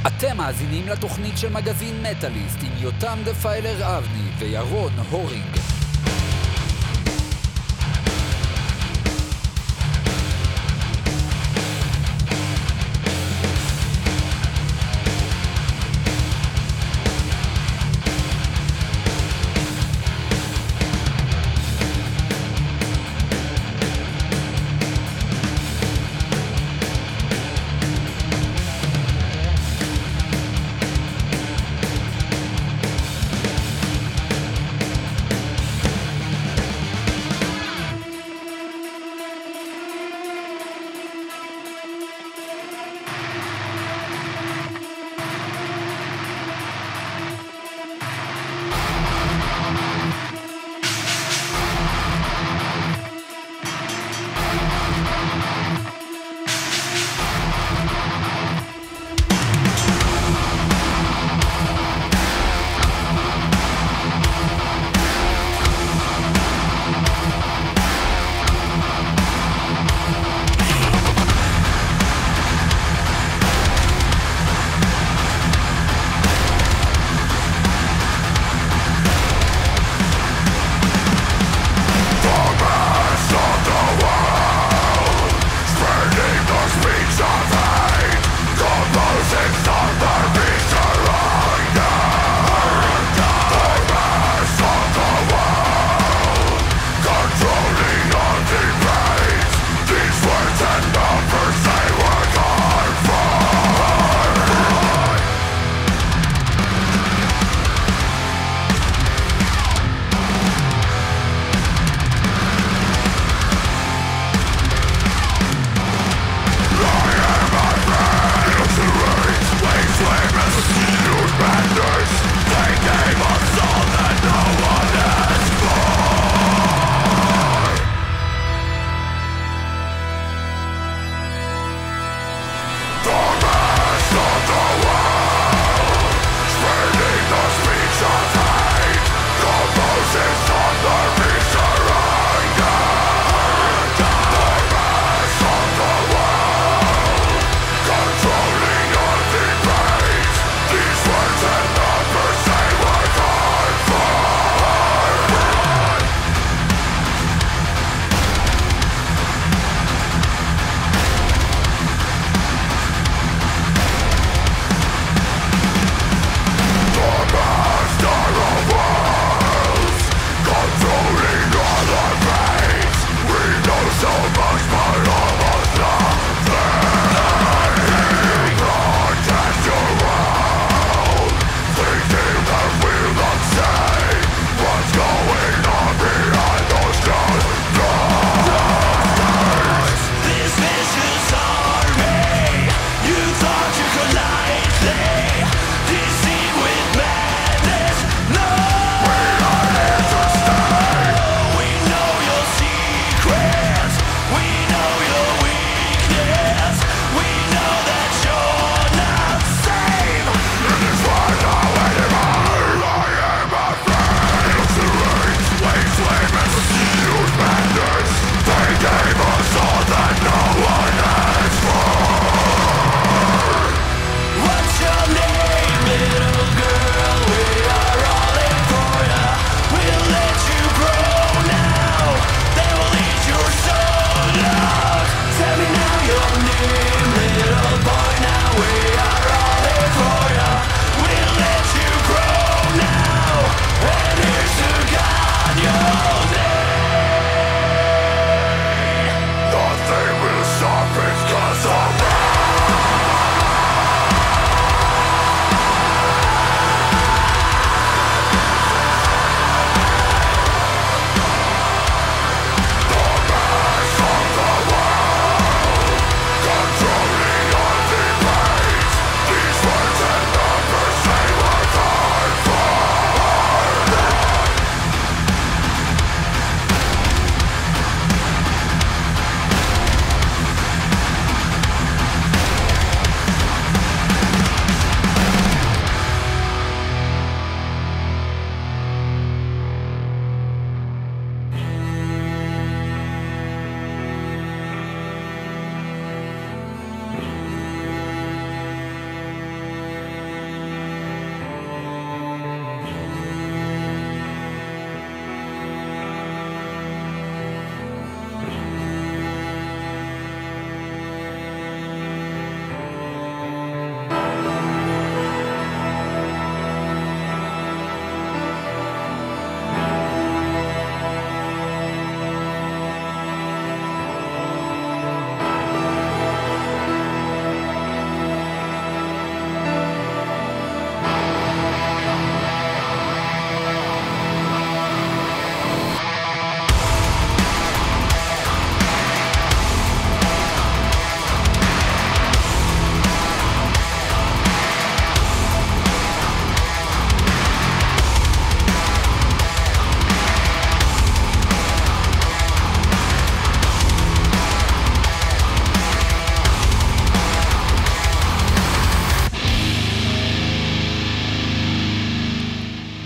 אתם מאזינים לתוכנית של מגזין מטאליסט עם יותם דפיילר אבני וירון הורינג.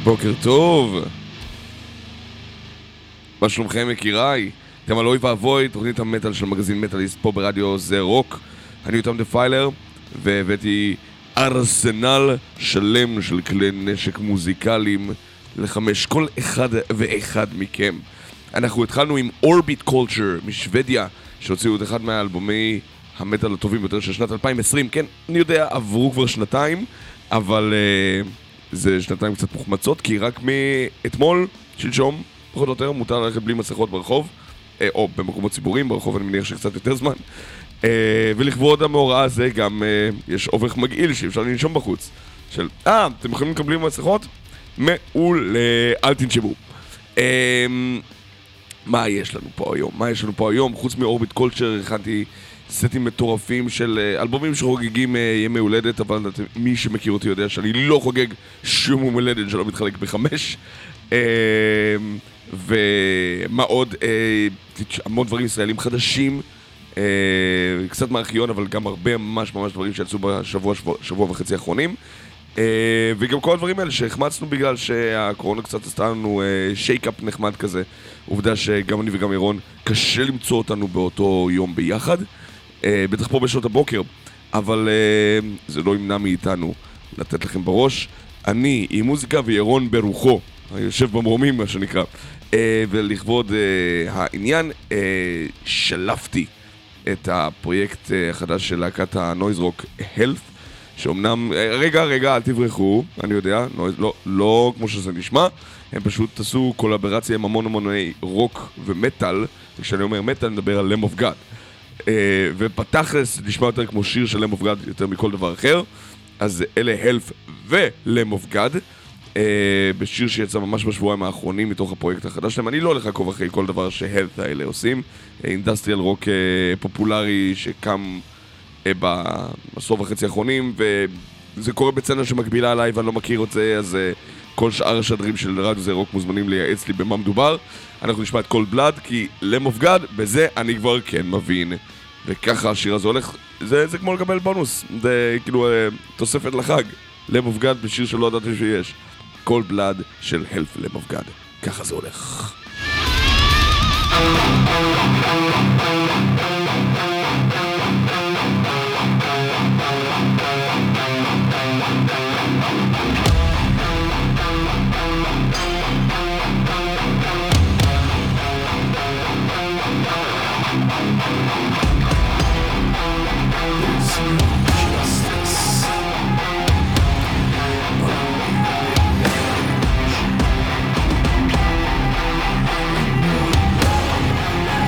בוקר טוב. מה שלומכם יקיריי? אתם על אוי ואבוי, תוכנית המטל של מגזין מטליסט פה ברדיו זה רוק. אני יותם דפיילר, והבאתי ארסנל שלם של כלי נשק מוזיקליים לחמש כל אחד ואחד מכם. אנחנו התחלנו עם אורביט קולצ'ר משוודיה, שהוציאו את אחד מהאלבומי המטל הטובים ביותר של שנת 2020. כן, אני יודע, עברו כבר שנתיים, אבל זה שנתיים קצת מוחמצות, כי רק מאתמול, שלשום, פחות או יותר, מותר ללכת בלי מסכות ברחוב, או במקומות ציבוריים, ברחוב אני מניח שקצת יותר זמן. ולכבוד המאורע הזה גם יש אובך מגעיל שאפשר לנשום בחוץ. של, אתם יכולים לקבלים מסכות? מעולה, אל תנשמו. מה יש לנו פה היום? חוץ מאורביט קולצ'ר הכנתי סטים מטורפים של אלבומים שחוגגים ימי הולדת, אבל מי שמכיר אותי יודע שאני לא חוגג שום יום הולדת שלא מתחלק בחמש. ומה עוד? המון דברים ישראלים חדשים, קצת מארכיון, אבל גם הרבה ממש דברים שיצאו בשבוע וחצי האחרונים, וגם כל הדברים האלה שהחמצנו בגלל שהקורונה קצת עשתה לנו שייקאפ נחמד כזה. עובדה שגם אני וגם ירון קשה למצוא אותנו באותו יום ביחד, בטח פה בשעות הבוקר, אבל זה לא ימנע מאיתנו לתת לכם בראש. אני עם מוזיקה וירון ברוחו, יושב במרומים מה שנקרא, ולכבוד העניין שלפתי את הפרויקט החדש של להקת הנויז רוק Health, שאומנם, רגע, אל תברחו, אני יודע, לא כמו שזה נשמע, הם פשוט עשו קולאברציה עם המון רוק ומטל, וכשאני אומר מטל אני מדבר על Lamb of God, ופתחלס נשמע יותר כמו שיר של Lamb of God יותר מכל דבר אחר, אז אלה Health ו-Lamb of God, בשיר שיצא ממש בשבועיים האחרונים מתוך הפרויקט החדש שלהם. אני לא הולך לעקוב אחרי כל דבר ש-Health האלה עושים, אינדסטריאל רוק פופולרי שקם בעשור וחצי האחרונים, וזה קורה בצנה שמקבילה עליי ואני לא מכיר את זה, אז כל שאר השדרים של רדיו זה רוק מוזמנים לייעץ לי במה מדובר. אנחנו נשמע את Cold Blood, כי Lamb of God, בזה אני כבר כן מבין, וככה השיר הזה הולך, זה כמו לקבל בונוס, זה כאילו תוספת לחג. Lamb of God בשיר שלא ידעתי שיש, Cold Blood של Health Lamb of God, ככה זה הולך. Justice.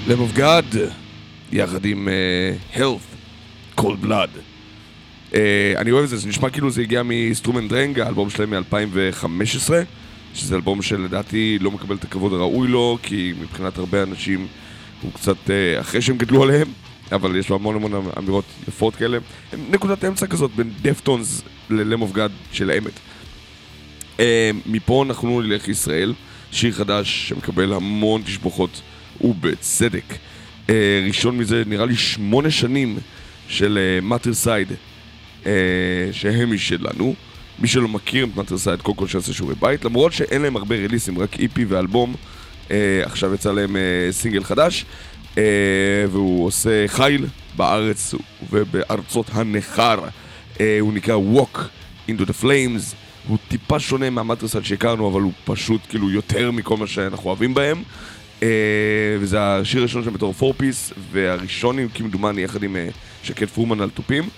Lamb of God, יחד עם Health, Cold Blood. אני אוהב את זה, זה נשמע כאילו זה הגיע מסטרומן דרנג, האלבום שלהם מ-2015, שזה אלבום שלדעתי לא מקבל את הכבוד הראוי לו, כי מבחינת הרבה אנשים הוא קצת אחרי שהם גדלו עליהם, אבל יש לו המון אמירות יפות כאלה. נקודת האמצע כזאת בין דפטונס ל-Lamb of God של האמת. מפה אנחנו נלך לישראל, שיר חדש שמקבל המון תשבחות ובצדק. ראשון מזה נראה לי 8 שנים של Matricide, שהם משלנו. מי שלא מכיר את Matricide, קודם כל שעשה שיעורי בית, למרות שאין להם הרבה ריליסים, רק איפי ואלבום. עכשיו יצא להם סינגל חדש, והוא עושה חיל בארץ ובארצות הנכר. הוא נקרא Walk into the Flames. הוא טיפה שונה מהמטריסייד שהכרנו, אבל הוא פשוט כאילו יותר מכל מה שאנחנו אוהבים בהם. וזה השיר הראשון שם בתור 4-piece, והראשון כמדומני יחד עם שקד פרומן על תופים.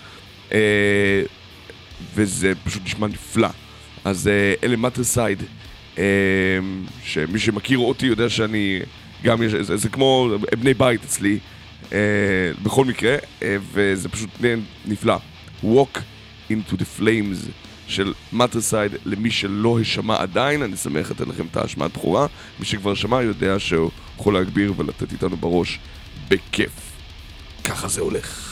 וזה פשוט נשמע נפלא. אז אלה מטריסייד, שמי שמכיר אותי יודע שאני גם, זה כמו בני בית אצלי, בכל מקרה, וזה פשוט נפלא. Walk into the Flames של Matricide, למי שלא השמע עדיין, אני שמח לתת לכם את ההשמעת בחורה. מי שכבר שמע יודע שהוא יכול להגביר ולתת איתנו בראש בכיף. ככה זה הולך.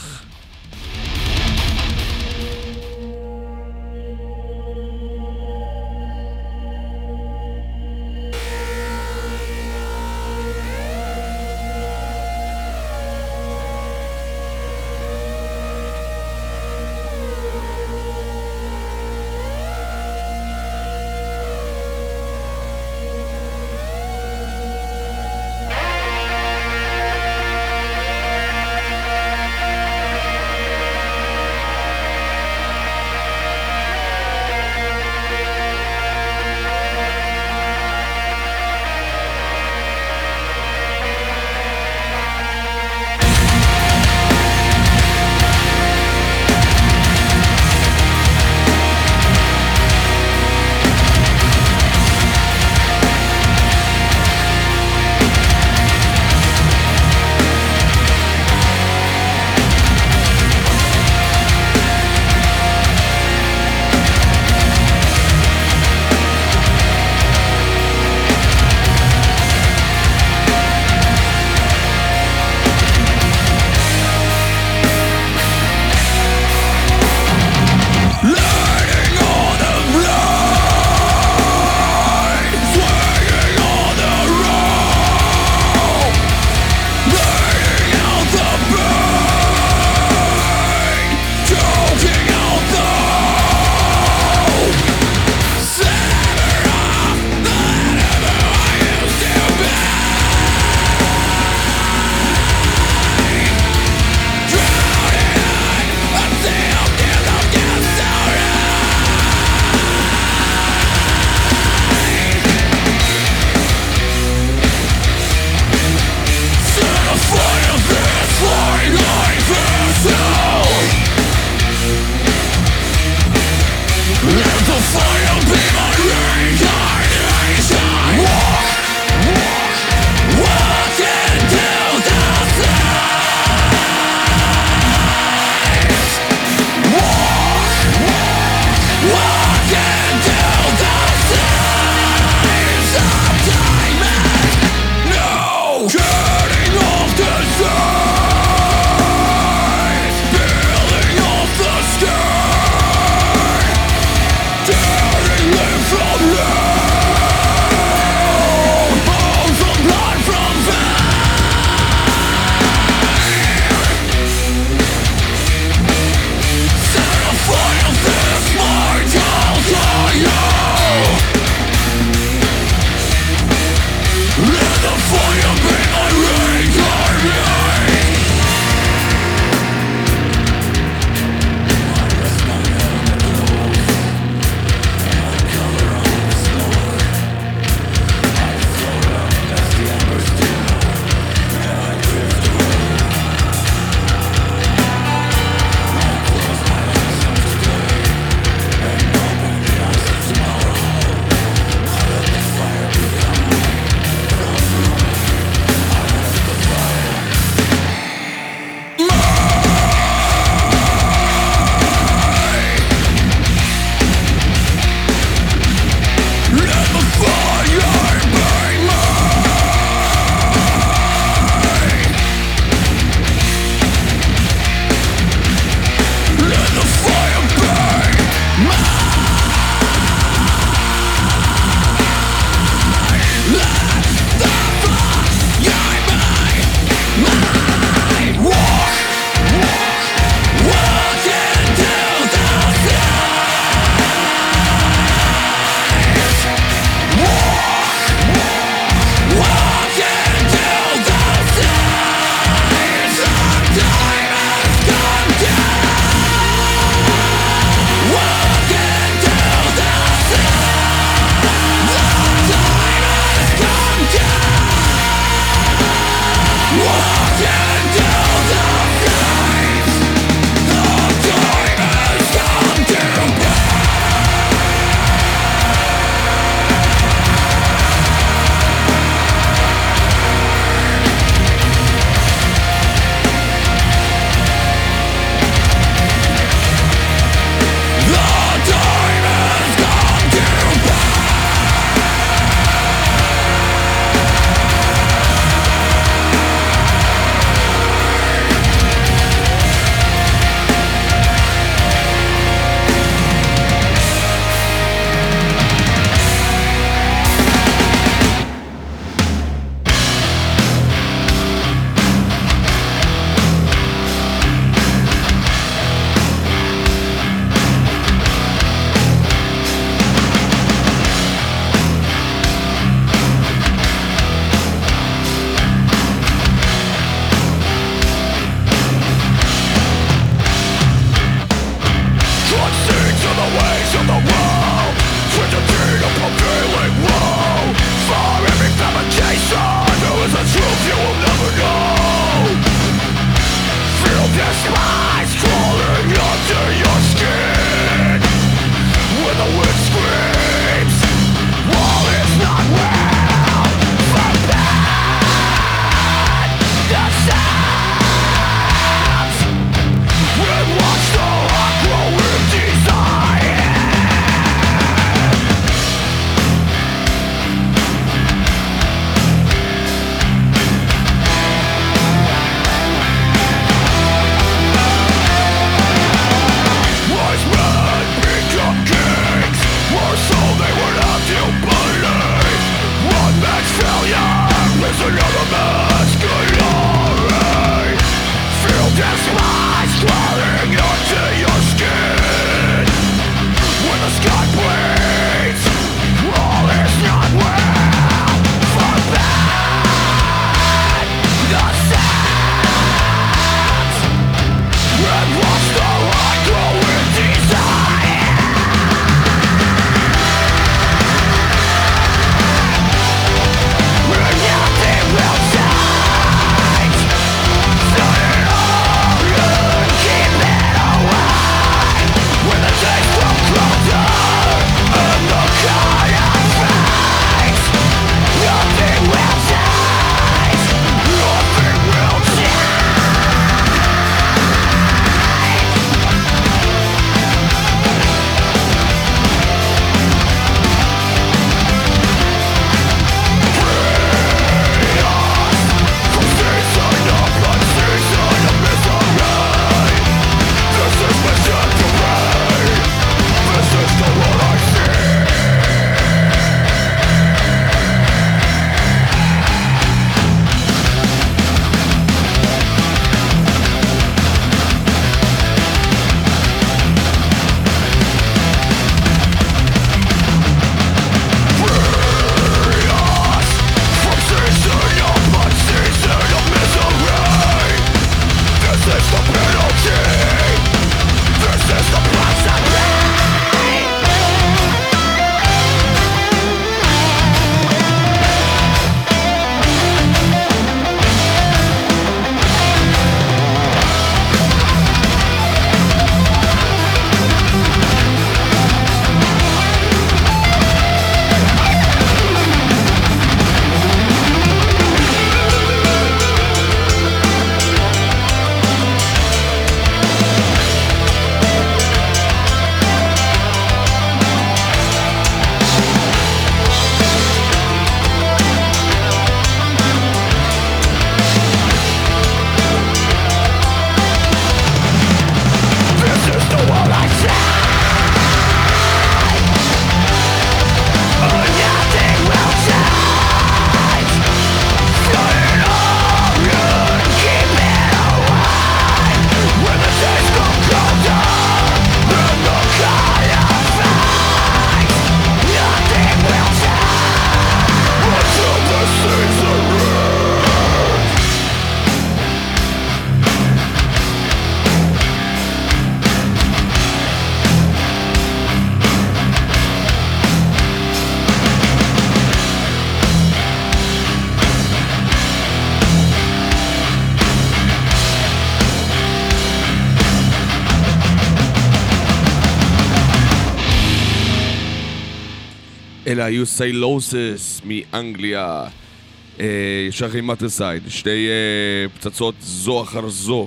אלה היו סיילוסס מאנגליה, ישר אחרי מטרסייד, שתי פצצות זו אחר זו,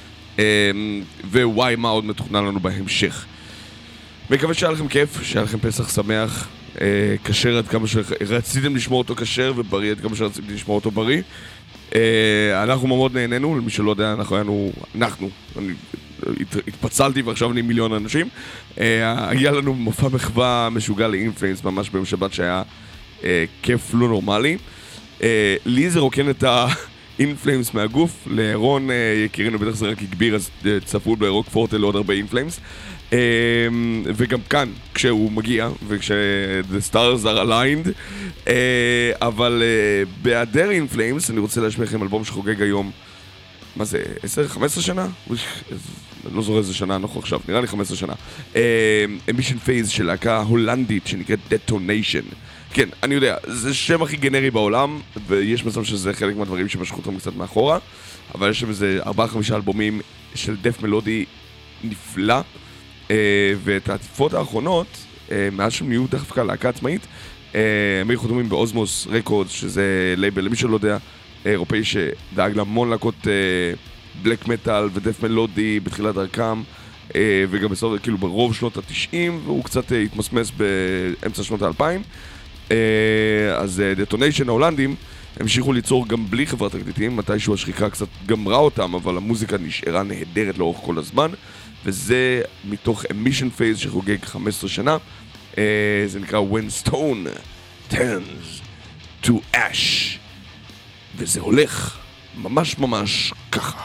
ווואי מה עוד מתוכנן לנו בהמשך. מקווה שהיה לכם כיף, שהיה לכם פסח שמח, כשר עד כמה שרציתם לשמור אותו כשר, ובריא עד כמה שרציתם לשמור אותו בריא. אנחנו מאוד נהנינו, למי שלא יודע, אני התפצלתי ועכשיו אני מיליון אנשים. היה לנו מופע מחווה משוגע לאינפלאמס ממש ביום שבת שהיה כיף לא נורמלי. לי זה רוקן את האינפלאמס מהגוף, לאירון יקירינו בטח זה רק הגביר, אז צפו ברוק פורטל לעוד הרבה אינפלאמס. וגם כאן, כשהוא מגיע, וכש-The Stars are aligned, אבל בהיעדר אינפלאמס, אני רוצה להשמיע לכם אלבום שחוגג היום, מה זה, 10-15 שנה? לא זוכר איזה שנה אנחנו עכשיו, נראה לי 15 שנה. Emission Phase של להקה הולנדית שנקראת Detonation. כן, אני יודע, זה שם הכי גנרי בעולם, ויש מצב שזה חלק מהדברים שמשכו אותם קצת מאחורה, אבל יש שם איזה 4-5 אלבומים של דף מלודי נפלא, ואת העטיפות האחרונות, מאז שהם נהיו דווקא להקה עצמאית, הם היו חתומים באוזמוס רקורדס, שזה לייבל, למי שלא יודע, אירופאי שדאג להמון להקות בלק מטל ודף מלודי בתחילת דרכם, וגם בסוף, כאילו ברוב שנות ה-90, והוא קצת התמסמס באמצע שנות ה-2000. אז דטוניישן ההולנדים המשיכו ליצור גם בלי חברת תקליטים, מתישהו השחיקה קצת גמרה אותם, אבל המוזיקה נשארה נהדרת לאורך כל הזמן, וזה מתוך Emission Phase שחוגג 15 שנה. זה נקרא When Stone Turns to Ash, וזה הולך ממש ממש ככה.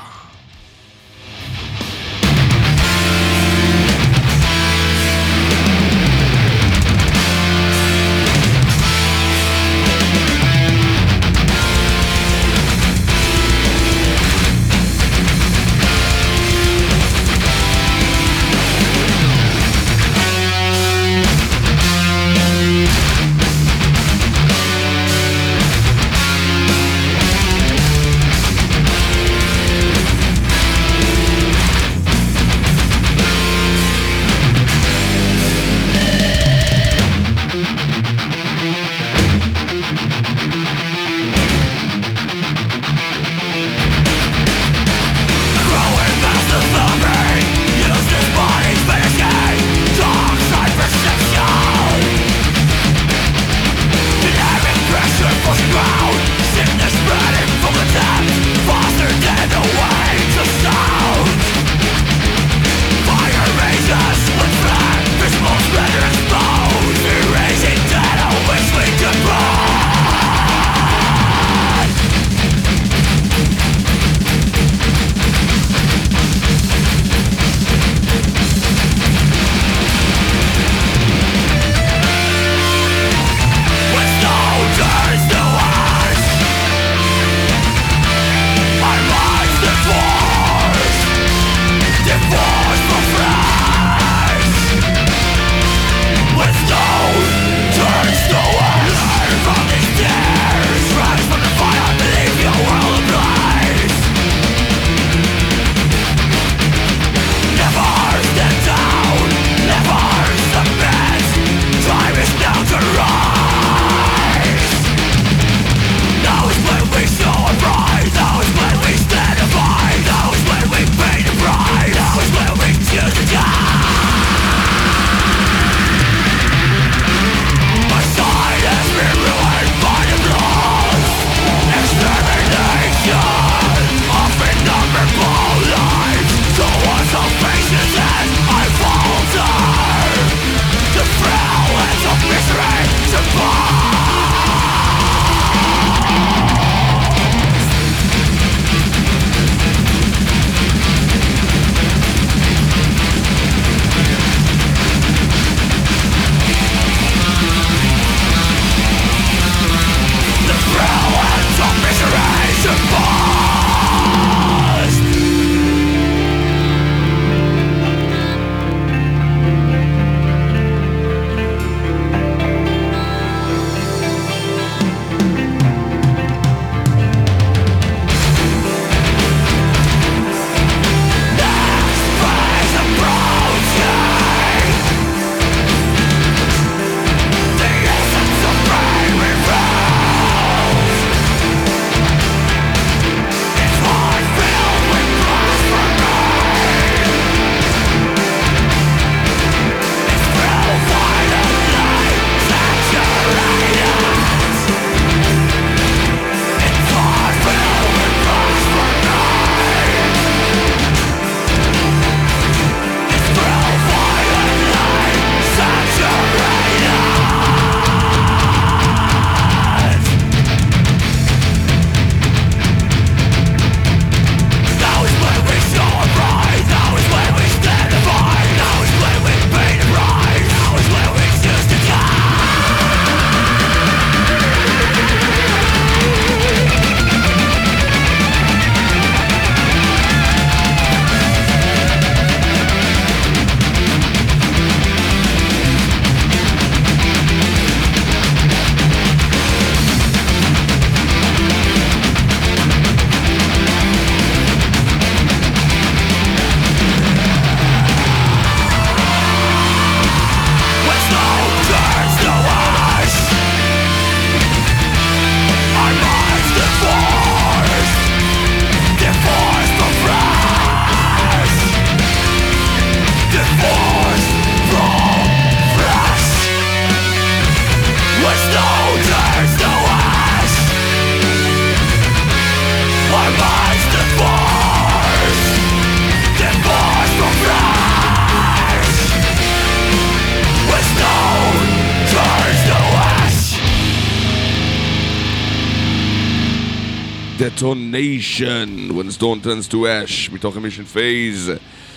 Detonation, When Stone Turns to Ash, מתוך Emission Phase.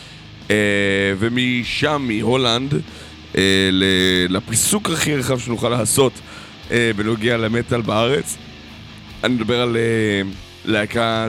ומשם, מהולנד, לפיסוק הכי רחב שנוכל לעשות בנוגע למטל בארץ. אני מדבר על להקה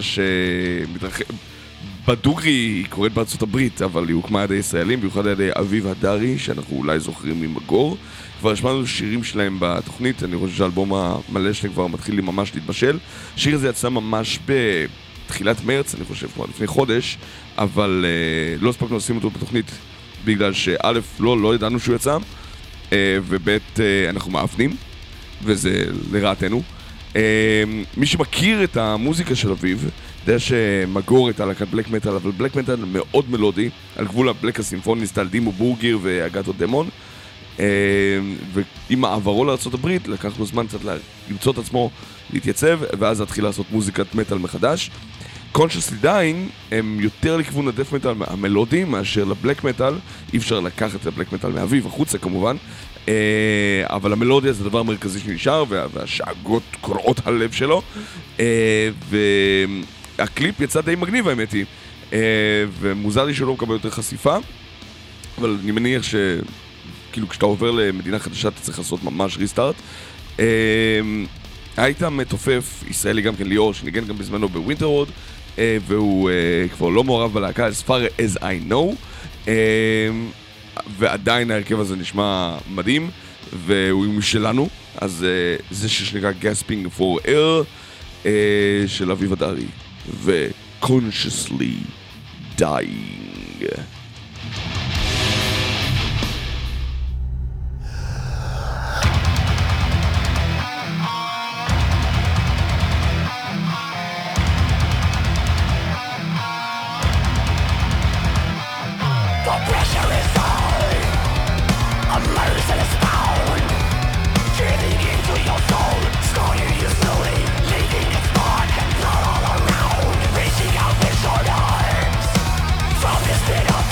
בדוגרי, היא קורית בארצות הברית, אבל היא הוקמה על ידי ישראלים, במיוחד על ידי אביב הדרי, שאנחנו אולי זוכרים ממגור. כבר השמענו שירים שלהם בתוכנית, אני חושב שהאלבום המלא שלהם כבר מתחיל ממש להתבשל. השיר הזה יצא ממש בתחילת מרץ, אני חושב, כבר לפני חודש, אבל לא הספקנו לשים אותו בתוכנית, בגלל שא' לא ידענו שהוא יצא, וב' אנחנו מאפנים, וזה לרעתנו. מי שמכיר את המוזיקה של אביב, יודע שמגור הייתה להקת בלק מטל, אבל בלק מטל מאוד מלודי, על גבול הבלק הסימפוניסט, על דימו בורגר ואגתו דמון. ועם העברו לארצות הברית לקח לו זמן קצת למצוא את עצמו, להתייצב, ואז להתחיל לעשות מוזיקת מטל מחדש. Consciously Dying הם יותר לכיוון הדף מטל המלודי מאשר לבלק מטל. אי אפשר לקחת את הבלק מטל מאביב החוצה כמובן, אבל המלודיה זה הדבר המרכזי שנשאר, והשאגות קורעות הלב שלו. והקליפ יצא די מגניב האמת היא, ומוזר לי שלא מקבל יותר חשיפה, אבל אני מניח שכאילו כשאתה עובר למדינה חדשה אתה צריך לעשות ממש ריסטארט. היית מתופף ישראלי גם כן, ליאור, שניגן גם בזמנו בווינטר רוד, והוא כבר לא מעורב בלהקה as far as I know, ועדיין ההרכב הזה נשמע מדהים, והוא משלנו. אז זה שנקרא Gasping for Air של אביב הדרי ו-Consciously Dying. From this pit of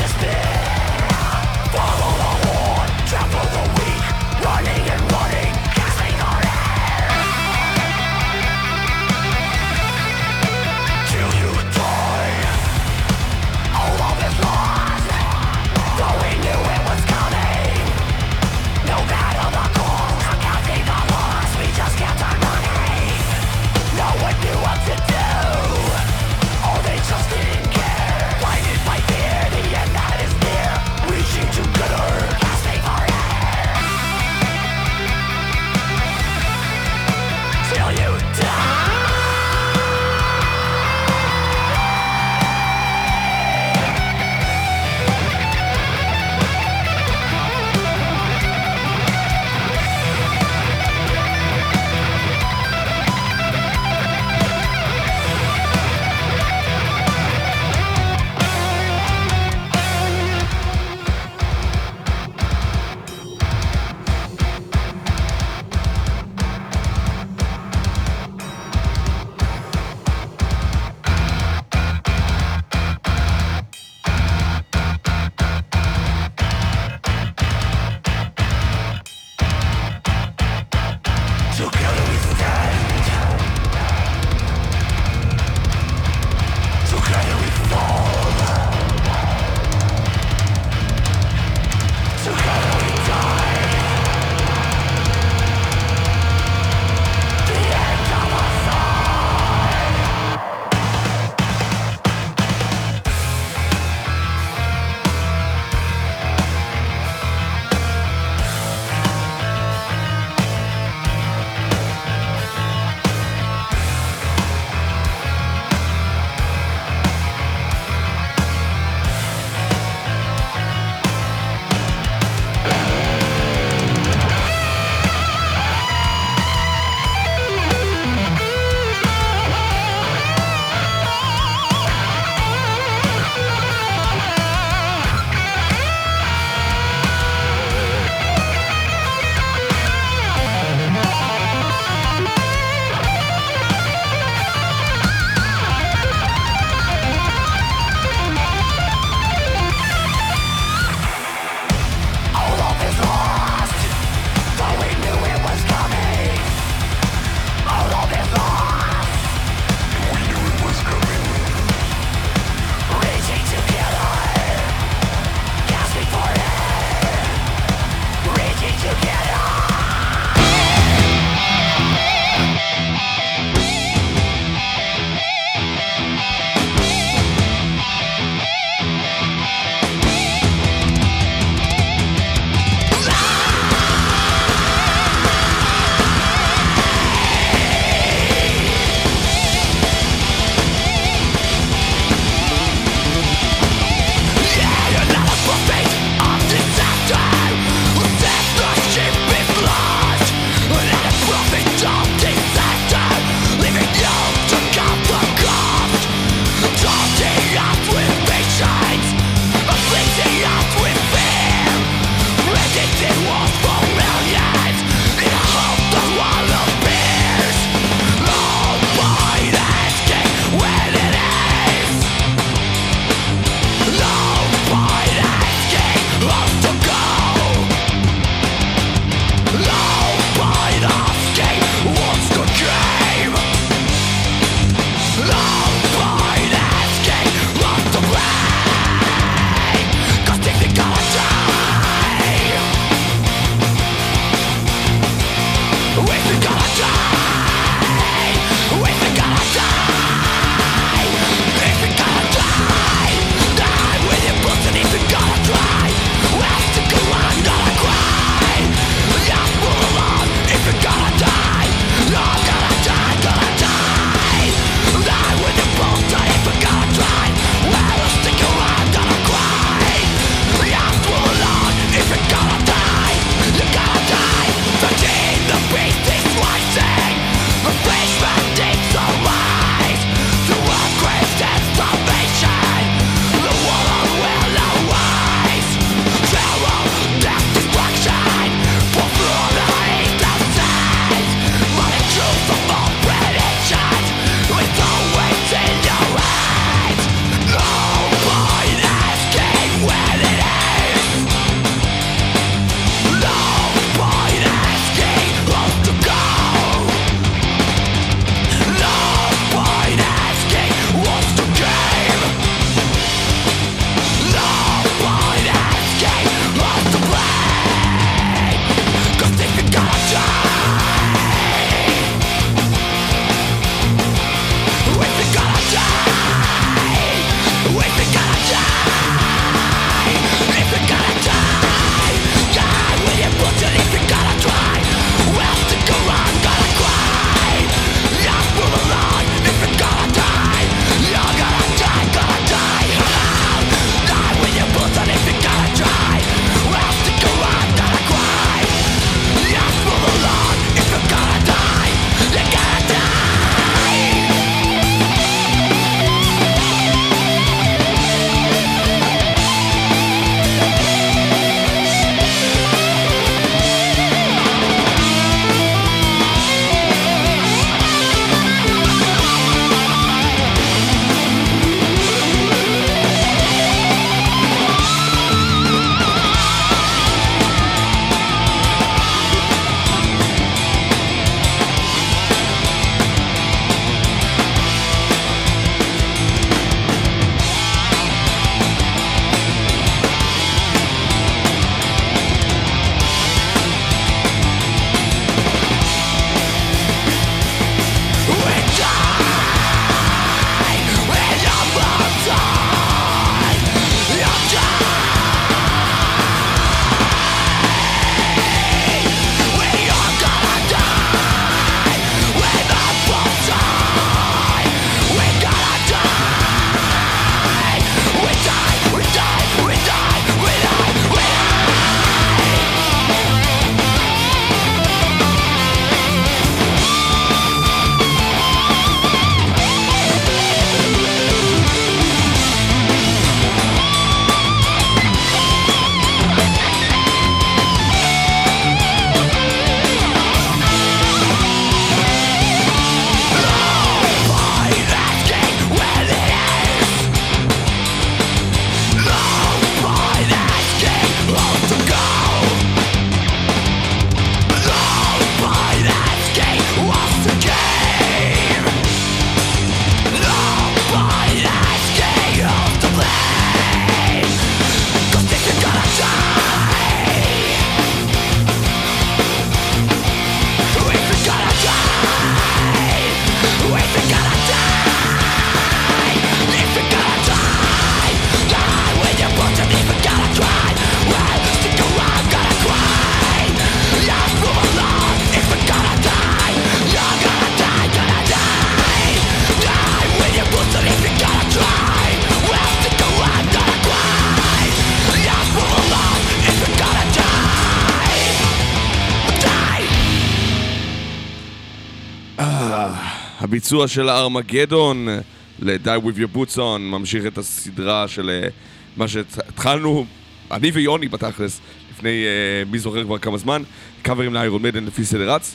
הביצוע של הארמגדון ל-Die With Your Boots On ממשיך את הסדרה של מה שהתחלנו, אני ויוני בתכלס, לפני מי זוכר כבר כמה זמן, קאברים לאיירון מדן לפי סדר רץ.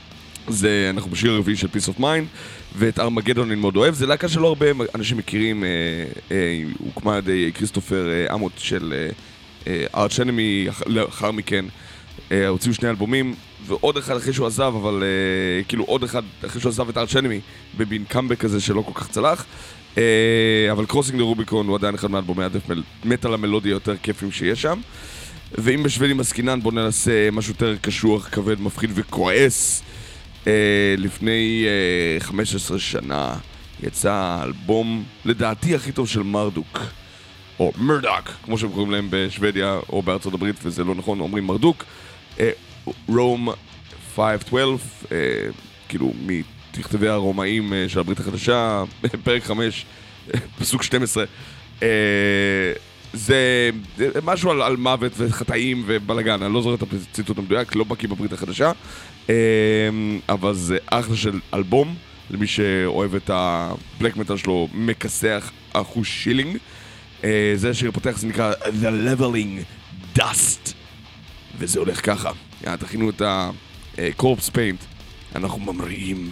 זה, אנחנו בשיר הרביעי של Peace of Mind, ואת ארמגדון אני מאוד אוהב. זה להקה שלא הרבה אנשים מכירים, הוקמה על ידי כריסטופר אמוט של ארץ' אנמי, לאחר מכן הוציאו 2 אלבומים, ועוד אחד אחרי שהוא עזב, אבל כאילו עוד אחד אחרי שהוא עזב את ארץ' אנמי, בבין קאמבק כזה שלא כל כך צלח. אבל קרוסינג לרוביקון הוא עדיין אחד מאלבומי הדף מטל המלודי היותר כיפים שיש שם. ואם בשבדי מסקינן בוא ננסה משהו יותר קשוח, כבד, מפחיד וכועס. לפני 15 שנה יצא אלבום לדעתי הכי טוב של מרדוק, או מרדוק, כמו שהם קוראים להם בשוודיה או בארצות הברית, וזה לא נכון, אומרים מרדוק. רום 512, כאילו מתכתבי הרומאים של הברית החדשה, פרק 5, פסוק 12. זה משהו על מוות וחטאים ובלגן, אני לא זוכר את הציטוט המדויק, לא בקיא בברית החדשה, אבל זה אחלה של אלבום, למי שאוהב את הבלק מטל שלו מכסח אחוז שילינג. זה השיר הפותח, זה נקרא The Leveling Dust, וזה הולך ככה. תכינו את ה-Corpse Paint, אנחנו ממריאים.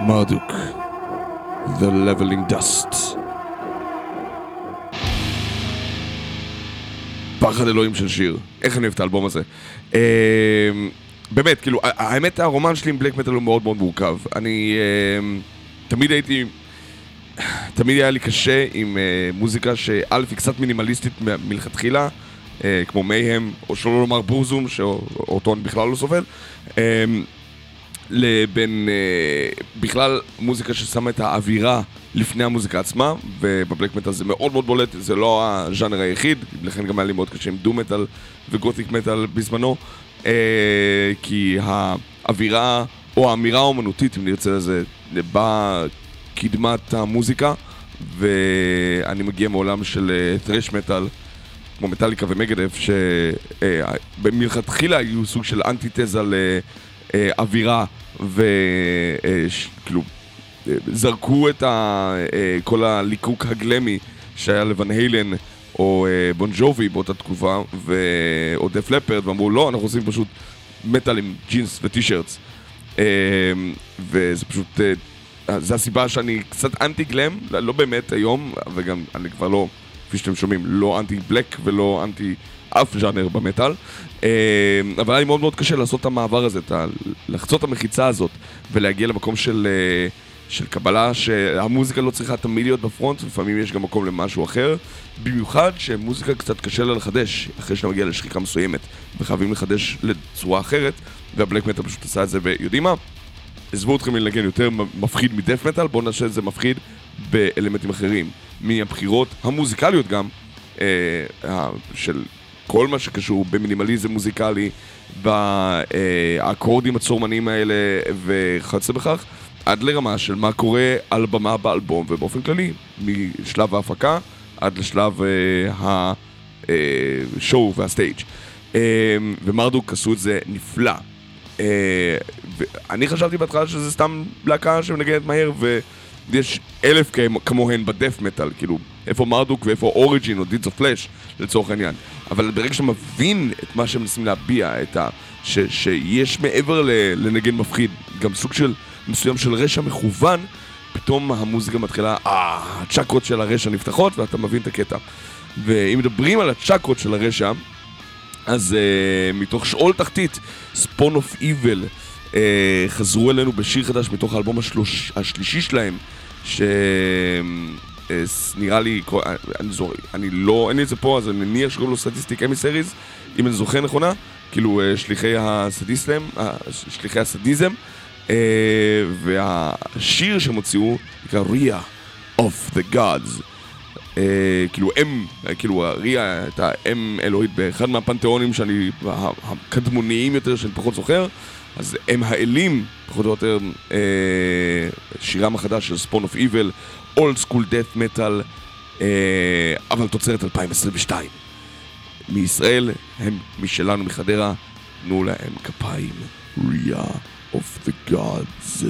מרדוק, The Leveling Dust. פחד אלוהים של שיר. איך אני אוהב את האלבום הזה? באמת, כאילו, האמת, הרומן שלי עם בלק מטל הוא מאוד מאוד מורכב. אני תמיד היה לי קשה עם מוזיקה שא' היא קצת מינימליסטית מלכתחילה, כמו מייהם, או שלא לומר בורזום, שאותו אני בכלל לא סובל, לבין בכלל מוזיקה ששמה את האווירה לפני המוזיקה עצמה, ובבלק מטל זה מאוד מאוד בולט, זה לא הז'אנר היחיד, לכן גם היה לי מאוד קשה עם דו מטל וגותיק מטל בזמנו, כי האווירה או האמירה האומנותית, אם נרצה לזה, באה קדמת המוזיקה, ואני מגיע מעולם של טרש מטל, כמו מטליקה ומגדף, שבמלכתחילה היו סוג של אנטיתזה לאווירה, וכאילו זרקו את כל הליקוק הגלמי שהיה לבן היילן או בון ג'ובי באותה תקופה, או דף לפרד, ואמרו לא, אנחנו עושים פשוט מטל עם ג'ינס וטי-שרטס, וזה פשוט, זה הסיבה שאני קצת אנטי גלם, לא באמת היום, וגם אני כבר לא, כפי שאתם שומעים, לא אנטי בלק ולא אנטי אף ז'אנר במטל, אבל היה לי מאוד מאוד קשה לעשות את המעבר הזה, לחצות את המחיצה הזאת ולהגיע למקום של קבלה שהמוזיקה לא צריכה תמיד להיות בפרונט, ולפעמים יש גם מקום למשהו אחר, במיוחד שמוזיקה קצת קשה לה לחדש אחרי שאתה מגיע לשחיקה מסוימת וחייבים לחדש לצורה אחרת, והבלק מטל פשוט עשה את זה. ויודעים מה? עזבו אתכם לנגן יותר מפחיד מדף מטל, בואו נעשה את זה מפחיד באלמנטים אחרים, מהבחירות המוזיקליות גם של כל מה שקשור במינימליזם מוזיקלי, באקורדים הצורמניים האלה וכיוצא בכך, עד לרמה של מה קורה על במה באלבום ובאופן כללי, משלב ההפקה עד לשלב השואו והסטייג'. ומרדוק עשו את זה נפלא. ואני חשבתי בהתחלה שזה סתם להקה שמנגנת מהר, ויש 1000 כמוהן בדף מטל, כאילו איפה מרדוק ואיפה אוריג'ין או דידס אוף פלאש לצורך העניין. אבל ברגע שאתה מבין את מה שהם מנסים להביע, שיש מעבר לנגן מפחיד גם סוג של מסוים של רשע מכוון, פתאום המוזיקה מתחילה, הצ'קרות של הרשע נפתחות ואתה מבין את הקטע. ואם מדברים על הצ'קרות של הרשע, אז מתוך שאול תחתית, Spawn of Evil, חזרו אלינו בשיר חדש מתוך האלבום השלישי שלהם, שנראה לי, אין לי את זה פה, אז אני מניח שקוראים לו סטטיסטיק אמיסריז, אם אני זוכר נכונה, כאילו שליחי הסדיזם, והשיר שהם הוציאו נקרא Rhea of the Gods, כאילו ריה, את האם אלוהית באחד מהפנתיאונים שאני, הקדמוניים יותר שאני פחות זוכר, אז הם האלים, פחות או יותר, שירם החדש של Spawn of Evil, Old School Death Metal, אבל תוצרת 2022. מישראל, הם משלנו מחדרה, תנו להם כפיים, Rhea of the Gods.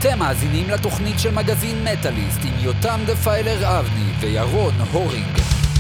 אתם מאזינים לתוכנית של מגזין מטאליסט עם יותם דפיילר אבני וירון הורינג.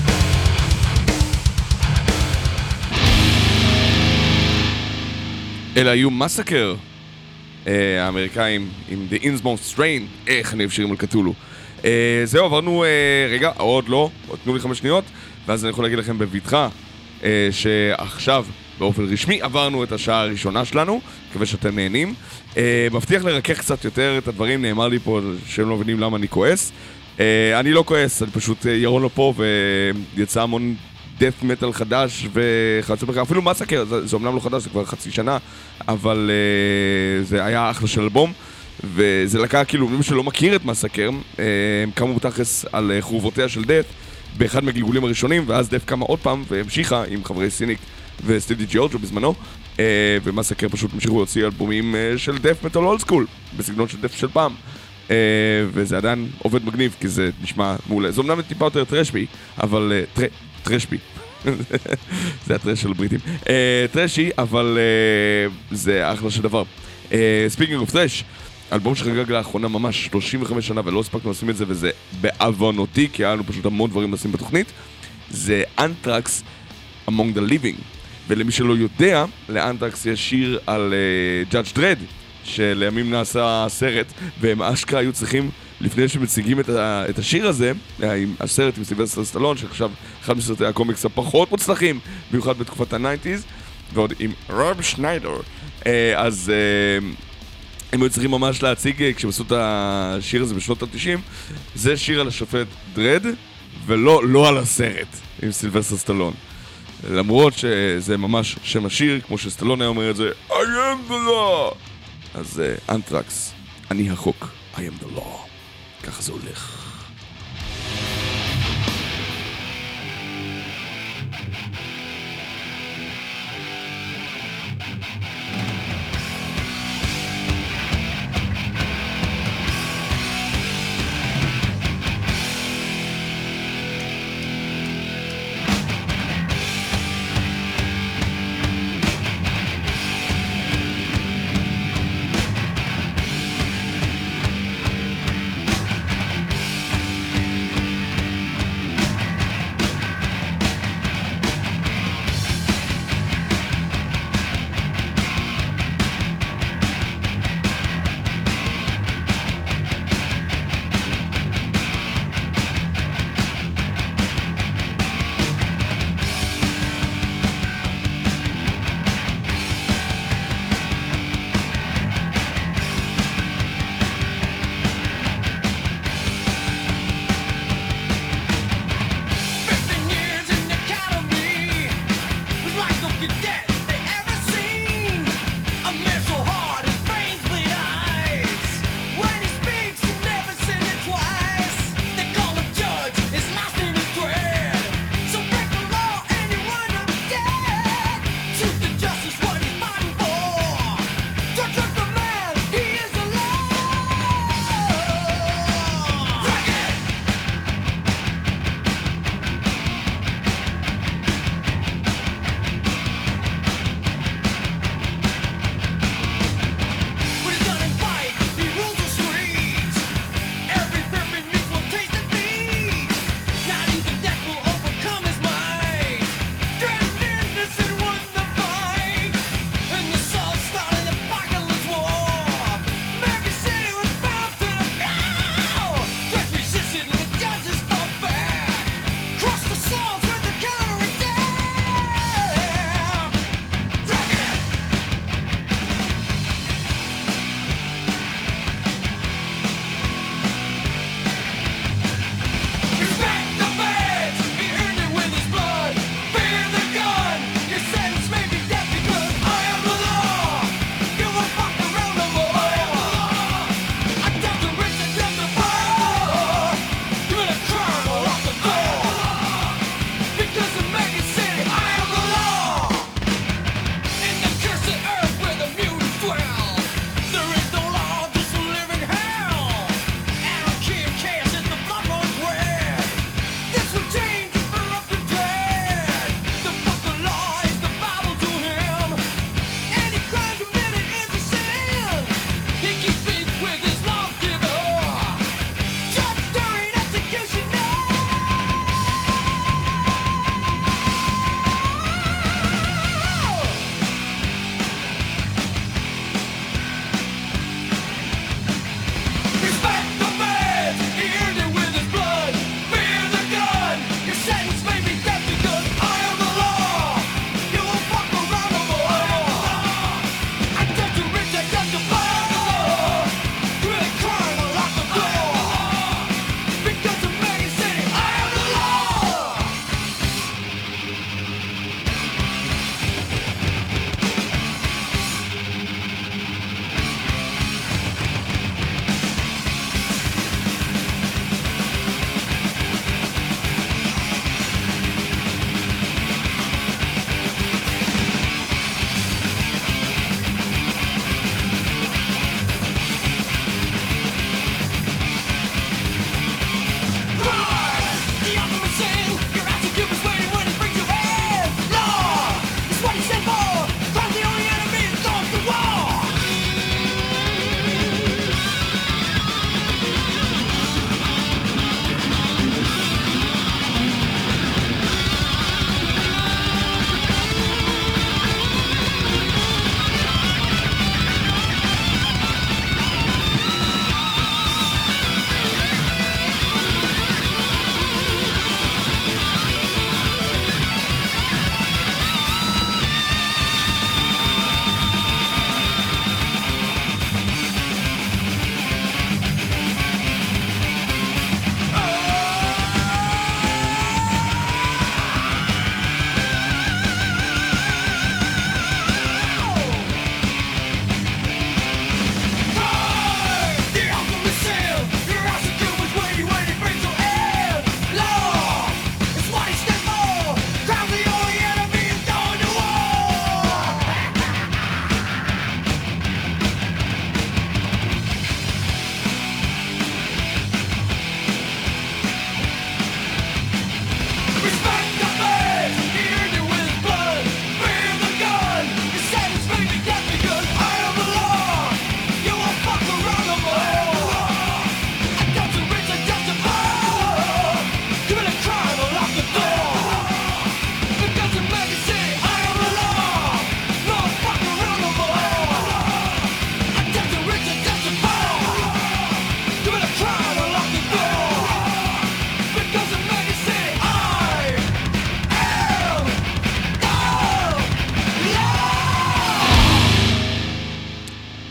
אלה היו מסקר, האמריקאים עם The Innsmouth Strain, איך אני אוהב שירים על קטולו. זהו, עברנו, רגע, עוד לא, תנו לי 5 שניות, ואז אני יכול להגיד לכם בביטחה שעכשיו באופן רשמי עברנו את השעה הראשונה שלנו, מקווה שאתם נהנים. מבטיח לרכך קצת יותר את הדברים, נאמר לי פה שהם לא מבינים למה אני כועס. אני לא כועס, אני פשוט ירון לו פה ויצא המון death metal חדש וחצי בכך, אפילו מסקר, זה אומנם לא חדש, זה כבר חצי שנה, אבל זה היה אחלה של אלבום, וזה לקח כאילו, מי שלא מכיר את מסקר, הם קמו בתכלס על חורבותיה של death באחד מהגלגולים הראשונים, ואז death קמה עוד פעם והמשיכה עם חברי סיניק וסטידי ג'ורג'ו בזמנו, ומסקר פשוט המשיכו להוציא אלבומים של death metal old school, בסגנון של death של פעם. וזה עדיין עובד מגניב, כי זה נשמע מעולה. זה אומנם טיפה יותר טרשבי, אבל טרשבי. זה הטרש של הבריטים. טרשי, אבל זה אחלה של דבר. ספיקינג אוף טרש, אלבום שחגג לאחרונה ממש 35 שנה ולא הספקנו לשים את זה, וזה בעוונותי, כי היה לנו פשוט המון דברים לשים בתוכנית. זה אנטרקס Among the Living. ולמי שלא יודע, לאנטרקס יש שיר על Judge Dredd, שלימים נעשה סרט, והם אשכרה היו צריכים, לפני שמציגים את השיר הזה, הסרט עם סילבסטר סטלון, שעכשיו אחד מסרטי הקומיקס הפחות מוצלחים, במיוחד בתקופת ה-90s, ועוד עם רוב שניידר, אז הם היו צריכים ממש להציג, כשהם עשו את השיר הזה בשנות ה-90, זה שיר על השופט דרד, ולא על הסרט עם סילבסטר סטלון. למרות שזה ממש שם השיר, כמו שסטלון היה אומר את זה, I am the law! אז אנטרקס, אני החוק, I am the law. ככה זה הולך.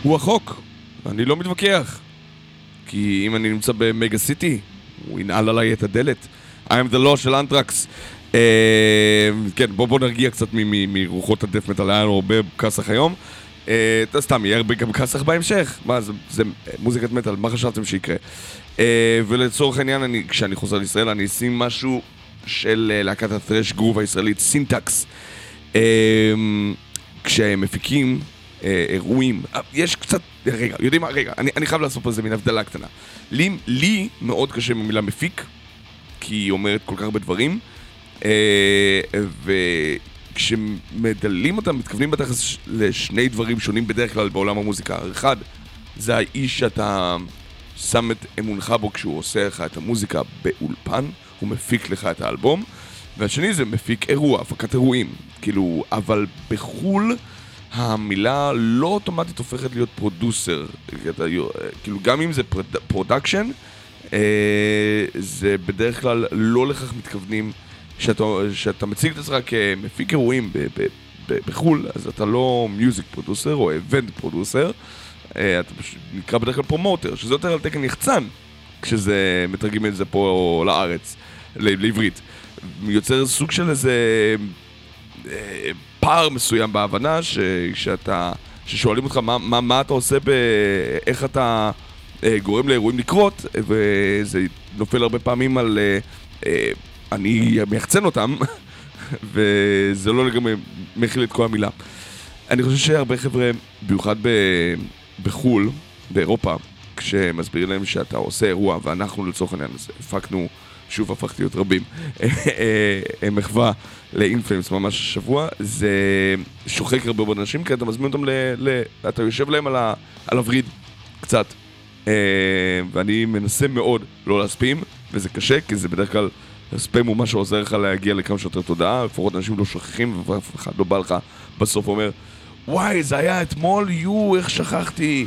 הוא החוק, אני לא מתווכח. כי אם אני נמצא במגה סיטי, הוא ינעל עליי את הדלת. I am the law של אנטרקס. כן, בוא נרגיע קצת מרוחות הדף מטל, היה לנו הרבה כסח היום. סתם, יהיה הרבה גם כסח בהמשך. מה, זה מוזיקת מטל, מה חשבתם שיקרה? ולצורך העניין, כשאני חוזר לישראל, אני אשים משהו של להקת הטרש גרוב הישראלית, סינטקס. כשהם מפיקים אירועים, יש קצת, רגע, יודעים מה, רגע, אני חייב לעשות פה איזה מין הבדלה קטנה. לי מאוד קשה עם המילה מפיק, כי היא אומרת כל כך הרבה דברים, וכשמדלים אותם, מתכוונים בתכלס לשני דברים שונים בדרך כלל בעולם המוזיקה. אחד, זה האיש שאתה שם את אמונך בו כשהוא עושה לך את המוזיקה באולפן, הוא מפיק לך את האלבום, והשני זה מפיק אירוע, הפקת אירועים, כאילו, אבל בחול המילה לא אוטומטית הופכת להיות פרודוסר, כאילו גם אם זה פרודקשן, זה בדרך כלל לא לכך מתכוונים שאתה מציג את עצמך כמפיק אירועים בחול, אז אתה לא מיוזיק פרודוסר או אבנט פרודוסר, אתה נקרא בדרך כלל פרומוטר, שזה יותר על תקן יחצן, כשזה מתרגמים את זה פה לארץ, לעברית. יוצר סוג של איזה פער מסוים בהבנה, ששואלים אותך מה אתה עושה, איך אתה גורם לאירועים לקרות, וזה נופל הרבה פעמים על אני מייחצן אותם, וזה לא לגמרי מכיל את כל המילה. אני חושב שהרבה חבר'ה, במיוחד בחול, באירופה, כשמסבירים להם שאתה עושה אירוע, ואנחנו לצורך העניין הזה הפקנו, שוב הפכתי להיות רבים, מחווה לאינפלאמס ממש השבוע, זה שוחק הרבה אנשים, כי אתה מזמין אותם אתה יושב להם על הווריד קצת, ואני מנסה מאוד לא להספים, וזה קשה, כי זה בדרך כלל הספים הוא מה שעוזר לך להגיע לכמה שיותר תודעה, לפחות אנשים לא שוכחים, ואף אחד לא בא לך בסוף אומר, וואי, זה היה אתמול, איך שכחתי.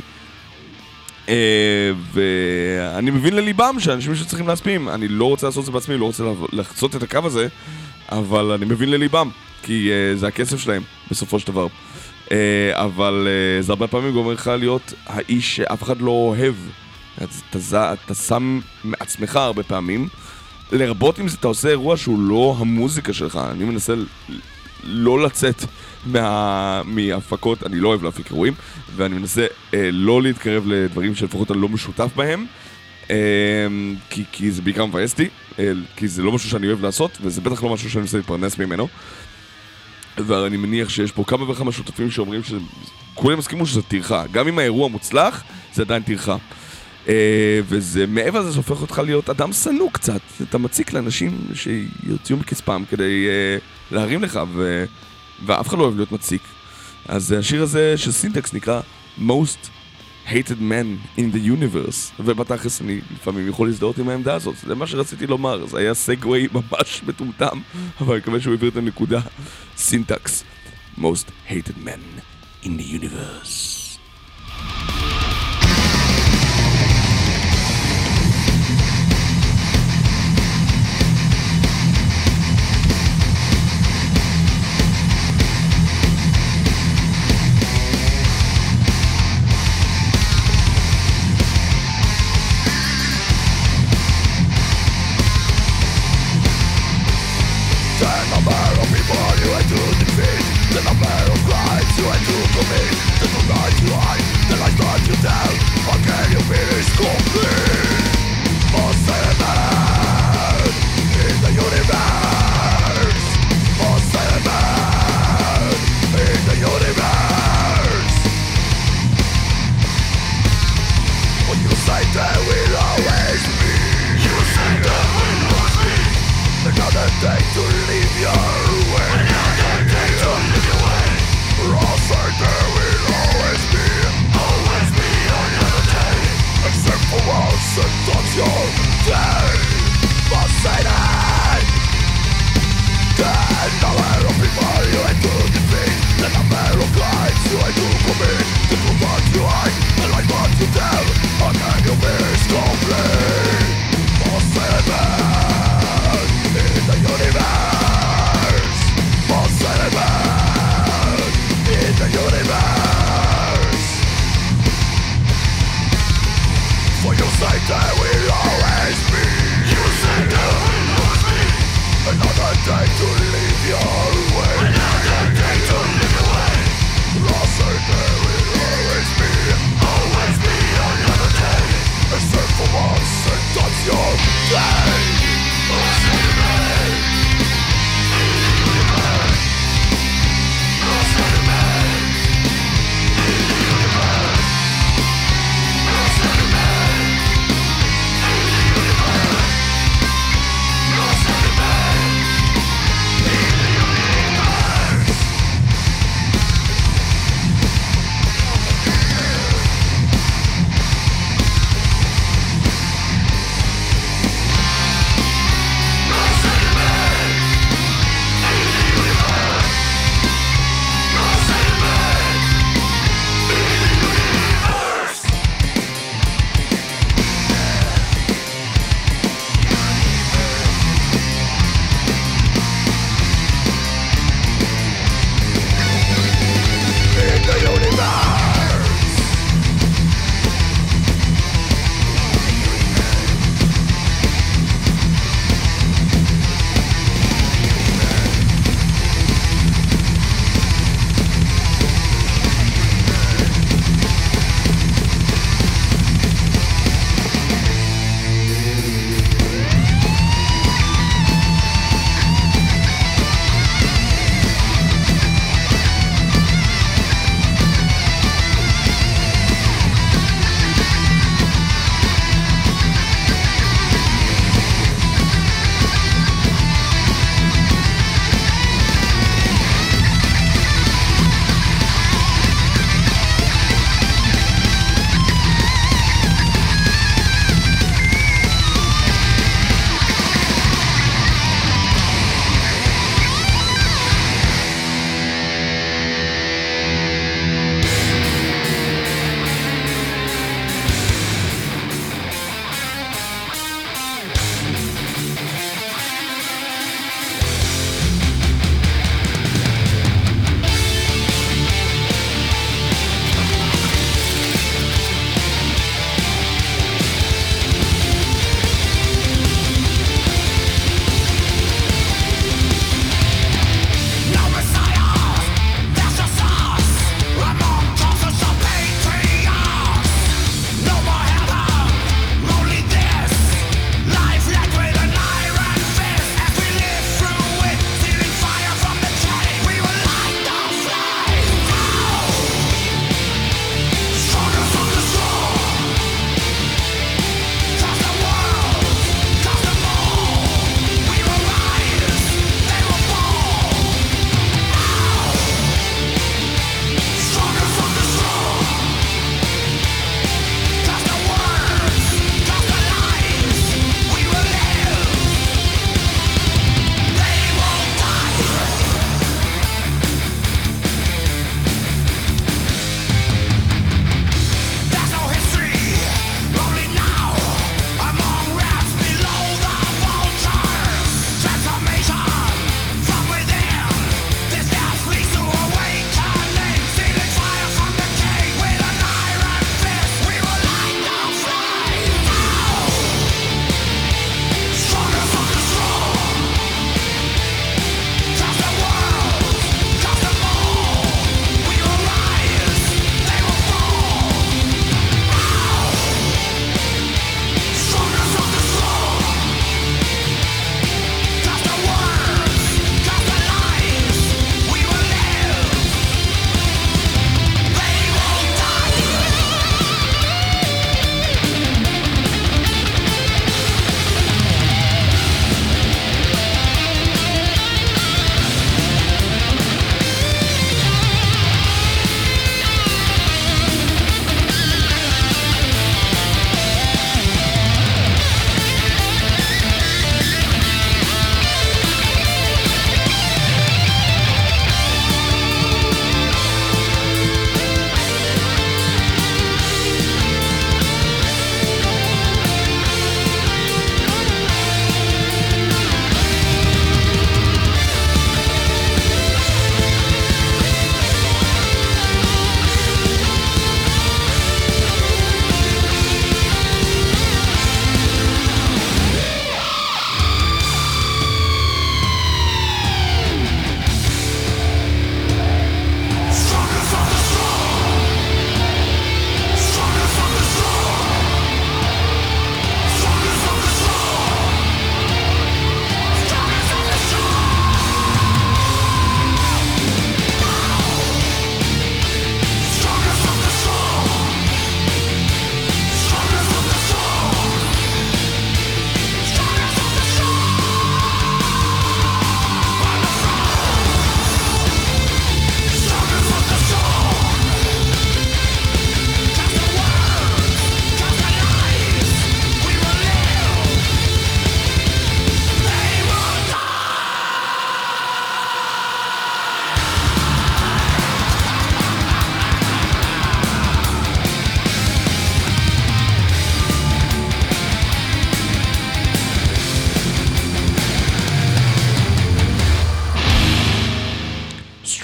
ואני מבין לליבם שאנשים שצריכים להספים, אני לא רוצה לעשות את זה בעצמי, לא רוצה לחצות את הקו הזה, אבל אני מבין לליבם, כי זה הכסף שלהם בסופו של דבר. אבל זה הרבה פעמים גומר לך להיות האיש שאף אחד לא אוהב. אתה שם מעצמך הרבה פעמים, לרבות אם אתה עושה אירוע שהוא לא המוזיקה שלך. אני מנסה לא לצאת מהפקות, אני לא אוהב להפיק אירועים, ואני מנסה לא להתקרב לדברים שלפחות אני לא משותף בהם, כי זה בעיקר מבאס אותי, כי זה לא משהו שאני אוהב לעשות, וזה בטח לא משהו שאני מנסה להתפרנס ממנו. ואני מניח שיש פה כמה וכמה שותפים שאומרים שכולם מסכימו שזה טרחה, גם אם האירוע מוצלח, זה עדיין טרחה. וזה מעבר לזה שהופך אותך להיות אדם סנוק קצת, אתה מציק לאנשים שיוצאו מכספם כדי להרים לך, ואף אחד לא אוהב להיות מציק. אז השיר הזה של סינטקס נקרא Most Hated Man in the Universe, ובתכלס אני לפעמים יכול להזדהות עם העמדה הזאת. זה מה שרציתי לומר, זה היה סגווי ממש מטומטם, אבל אני מקווה שהוא העביר את הנקודה. סינטקס Most Hated Man in the Universe.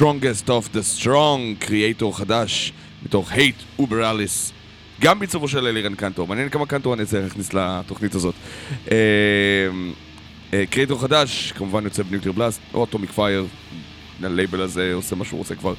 Strongest of the Strong, קריאטור חדש מתוך Hate Uber Alice, גם בעיצובו של אלירן קנטור. מעניין כמה קנטור אני צריך להכניס לתוכנית הזאת. קריאטור חדש, כמובן יוצא בניוקליר בלאסט, או אטומיק פייר, הלייבל הזה עושה מה שהוא רוצה כבר.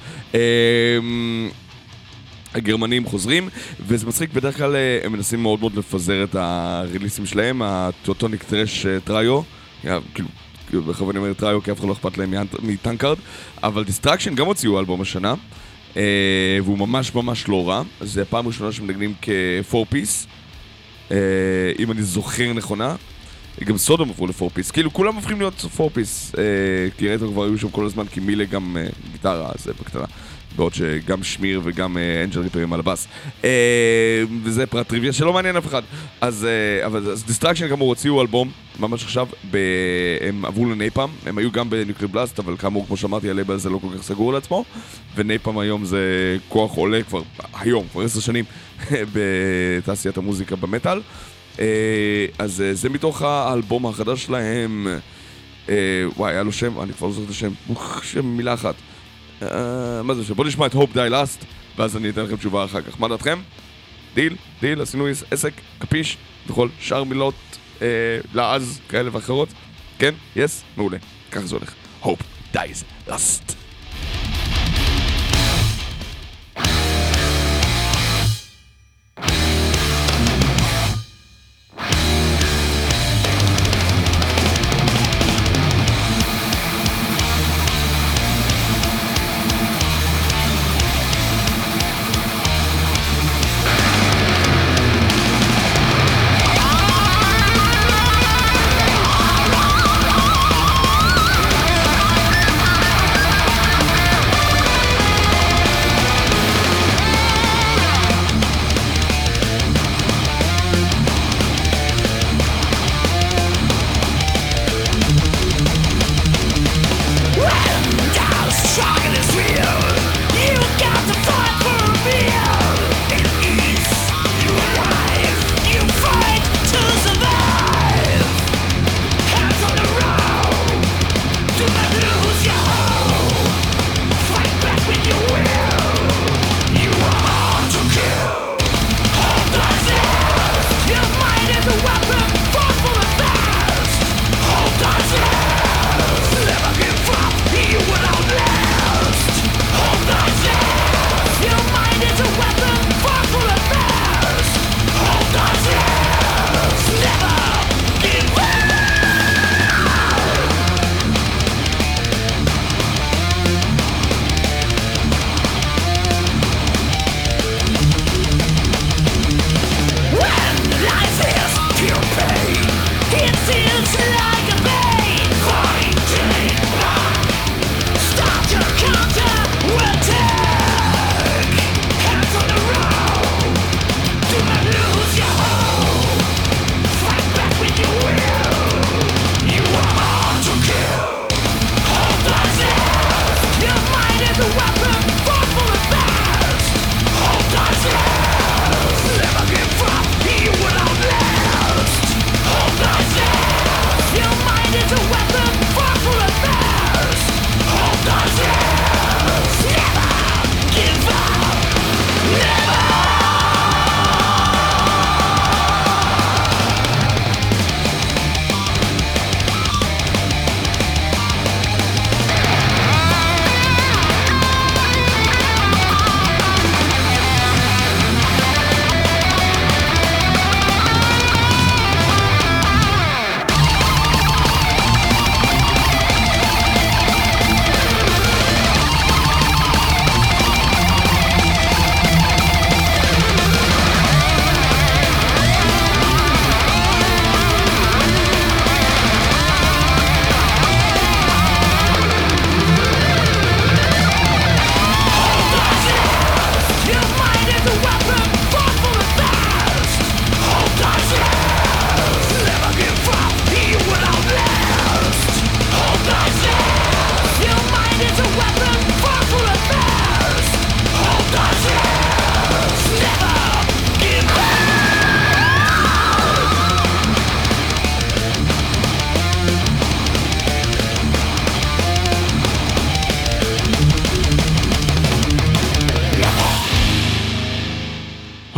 הגרמנים חוזרים, וזה מצחיק, בדרך כלל הם מנסים מאוד מאוד לפזר את הריליסים שלהם, הטוטוניק טרש טריו, כאילו, בכוונה אני אומר טריו כי אף אחד לא אכפת להם מטנקארד, אבל דיסטרקשן גם הוציאו אלבום השנה, והוא ממש ממש לא רע, זה הפעם ראשונה שמנגנים כ-4-piece, אם אני זוכר נכונה, גם סודום עברו ל-4-piece, כאילו כולם הופכים להיות 4-piece, כי רטו כבר היו שם כל הזמן, כי מילה גם גיטרה, זה בקטנה. בעוד שגם שמיר וגם אנג'ל ריפרים על הבאס. וזה פרט טריוויה שלא מעניין אף אחד. אז דיסטרקשן כאמור הוציאו אלבום ממש עכשיו, הם עברו לנייפאם, הם היו גם בניוקליר בלאסט, אבל כאמור כמו שאמרתי הלייבל הזה לא כל כך סגור לעצמו, ונייפאם היום זה כוח עולה כבר היום, כבר 10 שנים בתעשיית המוזיקה במטל. אז זה מתוך האלבום החדש שלהם, וואי היה לו שם, אני כבר לא זוכר את השם, שם מילה אחת. מה זה שבוא נשמע את Hope Die Last ואז אני אתן לכם תשובה אחר כך. מה דעתכם? דיל, עשינו עסק, קפיש, בכל שאר מילות לעז כאלה ואחרות. כן? יס? מעולה. ככה זה הולך. Hope Dies Last.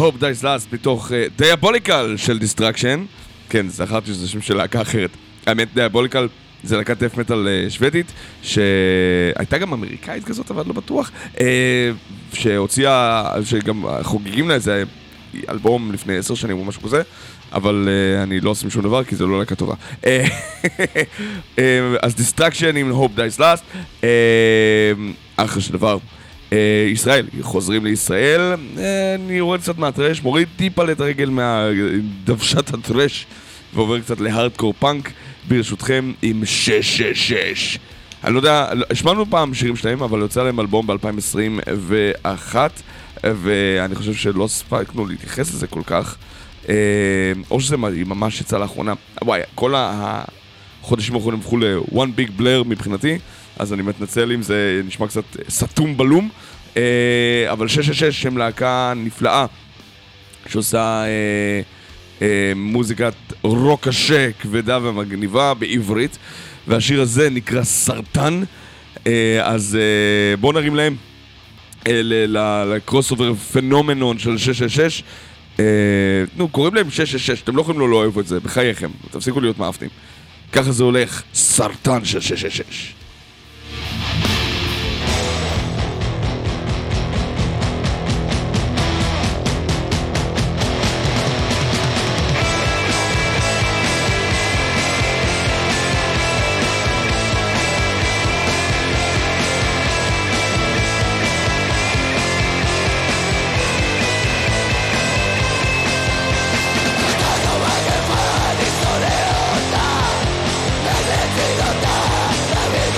Hope Dies Last מתוך Diabolical של Destruction. כן, זכרתי שזה שם של להקה אחרת. האמת, Diabolical זה להקת דף מטל שוודית, שהייתה גם אמריקאית כזאת, אבל לא בטוח, שהוציאה, שגם חוגגים לה איזה אלבום לפני 10 שנים או משהו כזה, אבל אני לא עושים שום דבר כי זה לא להקה טובה. אז Destruction עם Hope Dies Last, אחרי של דבר. ישראל, חוזרים לישראל, אני יורד קצת מהטרש, מוריד טיפה את הרגל מהדוושת הטרש ועובר קצת להארדקור פאנק, ברשותכם עם 666. אני לא יודע, השמענו פעם שירים שלהם, אבל יוצא להם אלבום ב-2021, ואני חושב שלא הספקנו להתייחס לזה כל כך, או שזה ממש יצא לאחרונה. וואי, כל החודשים האחרונים הפכו ל-one big blur מבחינתי, אז אני מתנצל אם זה נשמע קצת סתום בלום, אבל 666 הם להקה נפלאה שעושה מוזיקת רוק קשה, כבדה ומגניבה בעברית, והשיר הזה נקרא סרטן. אז בואו נרים להם לקרוס אובר פנומנון של 666. קוראים להם 666, אתם לא יכולים לא אוהב את זה, בחייכם, תפסיקו להיות מאפנים. ככה זה הולך, סרטן של 666. La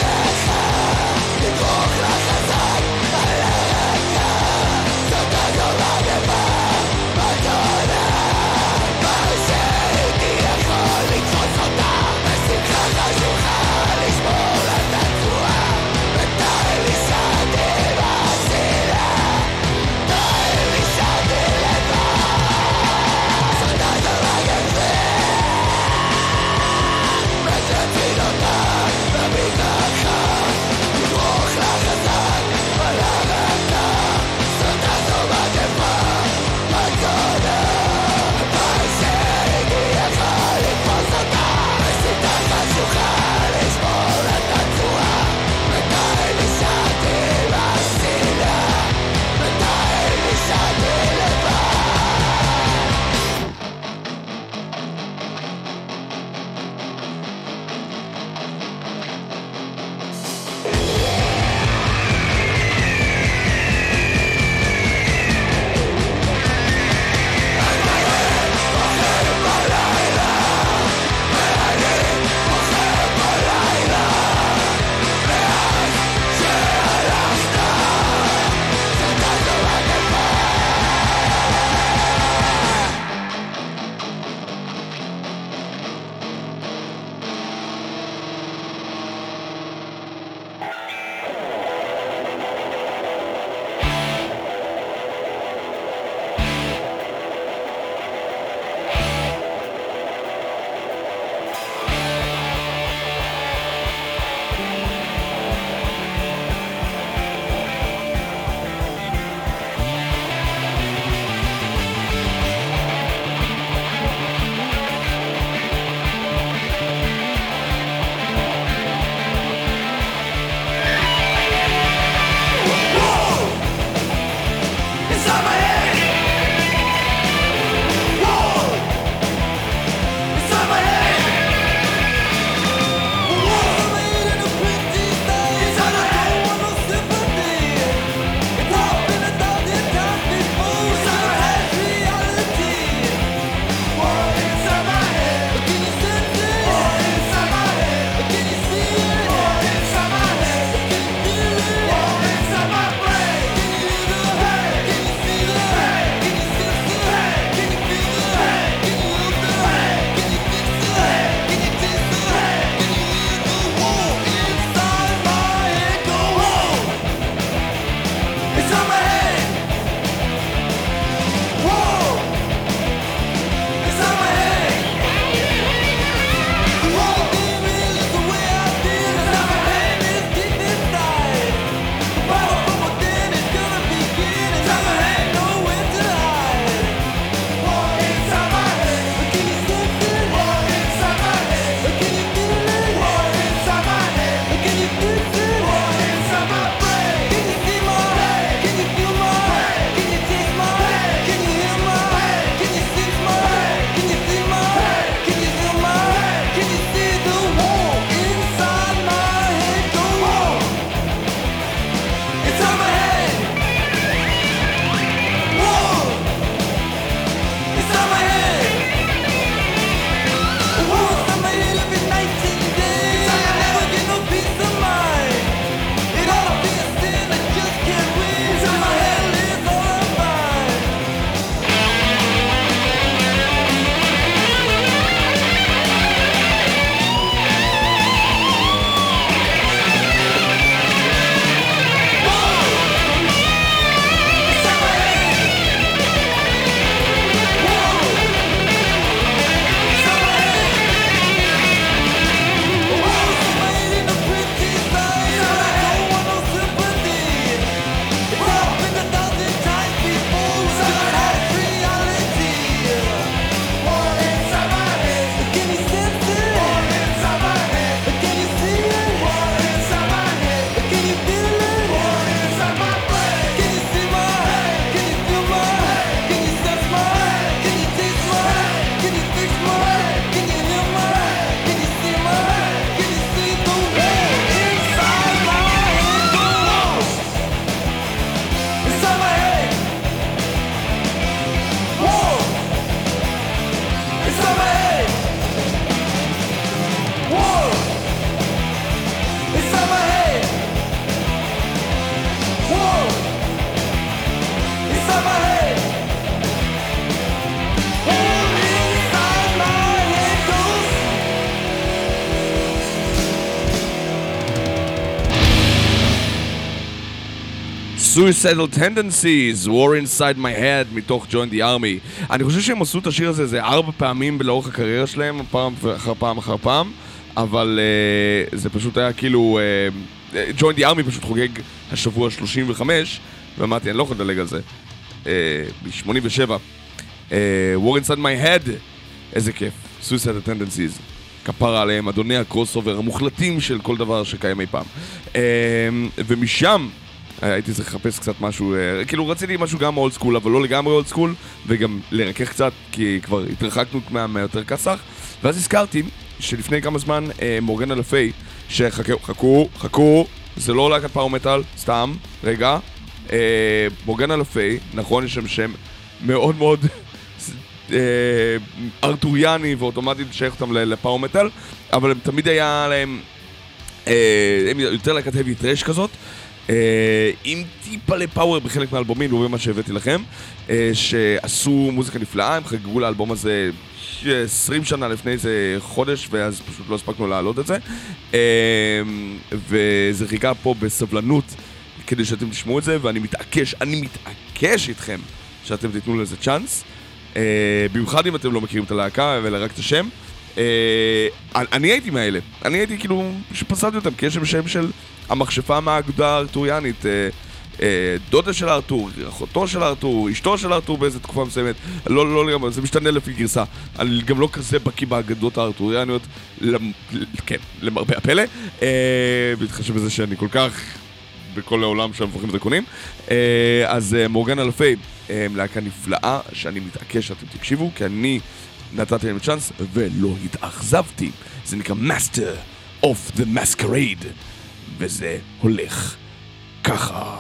Suicidal Tendencies, War Inside My Head, מתוך Join the Army. אני חושב שהם עשו את השיר הזה איזה 4 פעמים לאורך הקריירה שלהם, פעם אחר פעם אחר פעם, אבל זה פשוט היה כאילו... Join the Army פשוט חוגג השבוע 35, ואמרתי, אני לא יכול לדלג על זה. ב-87. War Inside My Head, איזה כיף. Suicidal Tendencies. כפרה עליהם, אדוני הקרוס אובר המוחלטים של כל דבר שקיים אי פעם. ומשם הייתי צריך לחפש קצת משהו, כאילו רציתי משהו גם אולד סקול, אבל לא לגמרי אולד סקול, וגם לרכך קצת, כי כבר התרחקנו מהיותר כסח. ואז הזכרתי שלפני כמה זמן מורגנה לפיי, חכו, זה לא להקת פאוור מטל, סתם, רגע. מורגנה לפיי, נכון, יש שם מאוד מאוד ארתוריאני ואוטומטית שייך אותם לפאוור מטל, אבל הם תמיד היה להם יותר להקת heavy trash כזאת, עם טיפה לפאוור בחלק מהאלבומים, לא במה שהבאתי לכם, שעשו מוזיקה נפלאה. הם חגגו לאלבום הזה 20 שנה לפני איזה חודש, ואז פשוט לא הספקנו להעלות את זה, וזה חיכה פה בסבלנות כדי שאתם תשמעו את זה, ואני מתעקש איתכם שאתם תיתנו לזה צ'אנס, במיוחד אם אתם לא מכירים את הלהקה אלא רק את השם. אני הייתי מהאלה, אני הייתי כאילו שפסלתי אותם, כי יש שם של המכשפה מהאגודה הארתוריאנית, דודה של הארתור, אחותו של הארתור, אשתו של הארתור באיזה תקופה מסוימת, לא לגמרי, זה משתנה לפי גרסה. אני גם לא כזה בקיא באגדות הארתוריאניות, כן, למרבה הפלא, בהתחשב בזה שאני כל כך בכל העולם שהמפרחים דרקונים. אז מורגנה לפיי, להקה נפלאה שאני מתעקש שאתם תקשיבו, כי אני נתתי להם צ'אנס ולא התאכזבתי. זה נקרא Master of the Masquerade, וזה הולך ככה.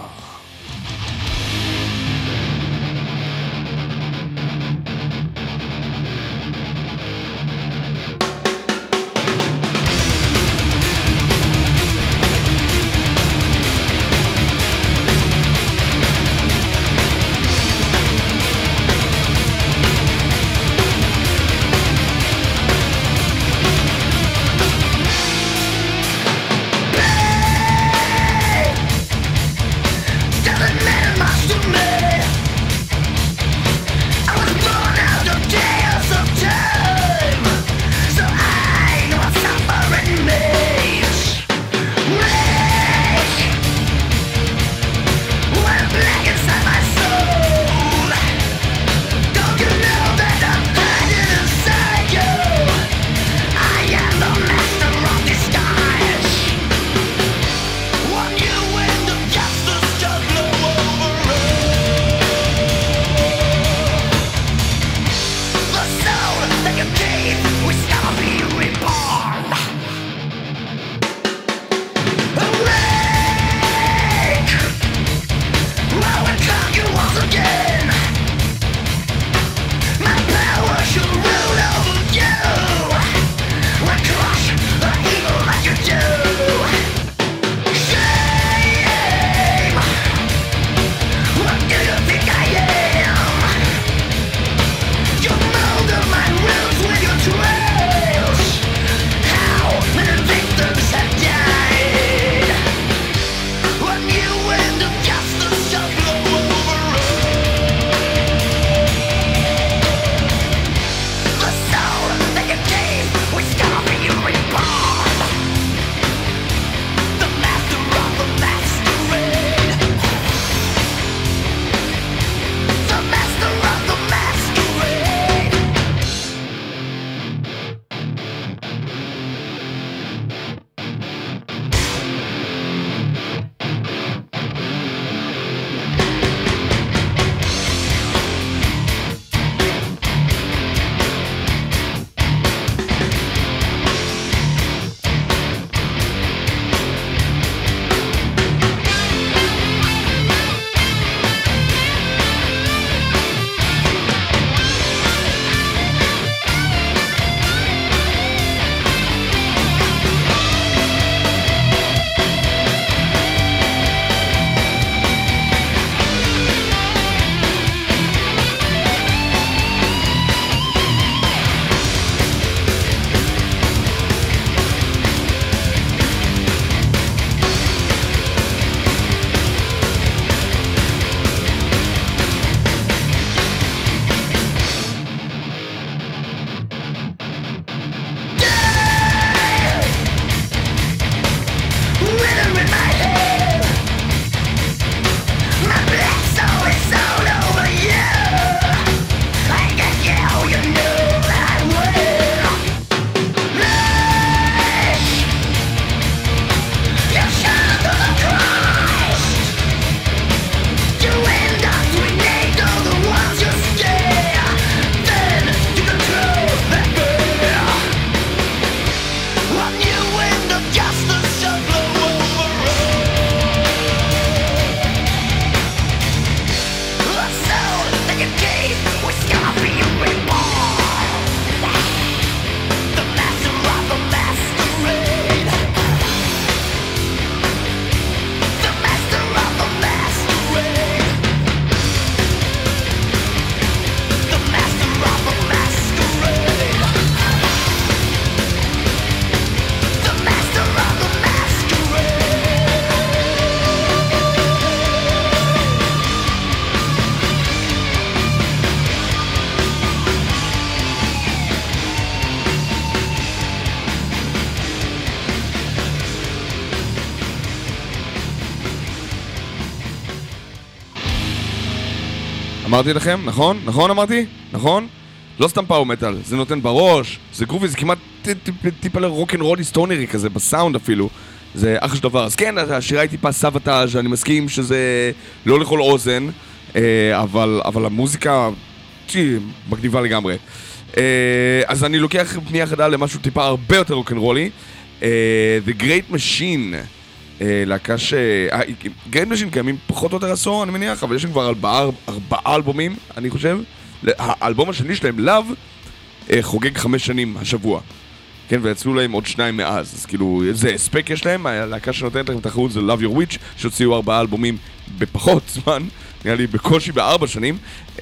אמרתי לכם, נכון? נכון אמרתי? נכון? לא סתם פאוור מטל, זה נותן בראש, זה גרובי, זה כמעט טיפה לרוק'נ'רולי סטונרי כזה, בסאונד אפילו. זה אחלה של דבר. אז כן, השירה היא טיפה סבתאז', אני מסכים שזה לא לכל אוזן, אבל המוזיקה מגניבה לגמרי. אז אני לוקח פנייה חדה למשהו טיפה הרבה יותר רוק'נ'רולי. The Great Machine, להקה Great Machine קיימים פחות או יותר עשור, אני מניח, אבל יש להם כבר 4 אלבומים, אני חושב. האלבום השני שלהם, Love, חוגג 5 שנים השבוע. כן, ויצאו להם עוד 2 מאז, אז כאילו, איזה הספק יש להם, הלהקה שנותנת להם תחרות זה Love Your Witch, שהוציאו 4 אלבומים בפחות זמן, נראה לי בקושי ב4 שנים,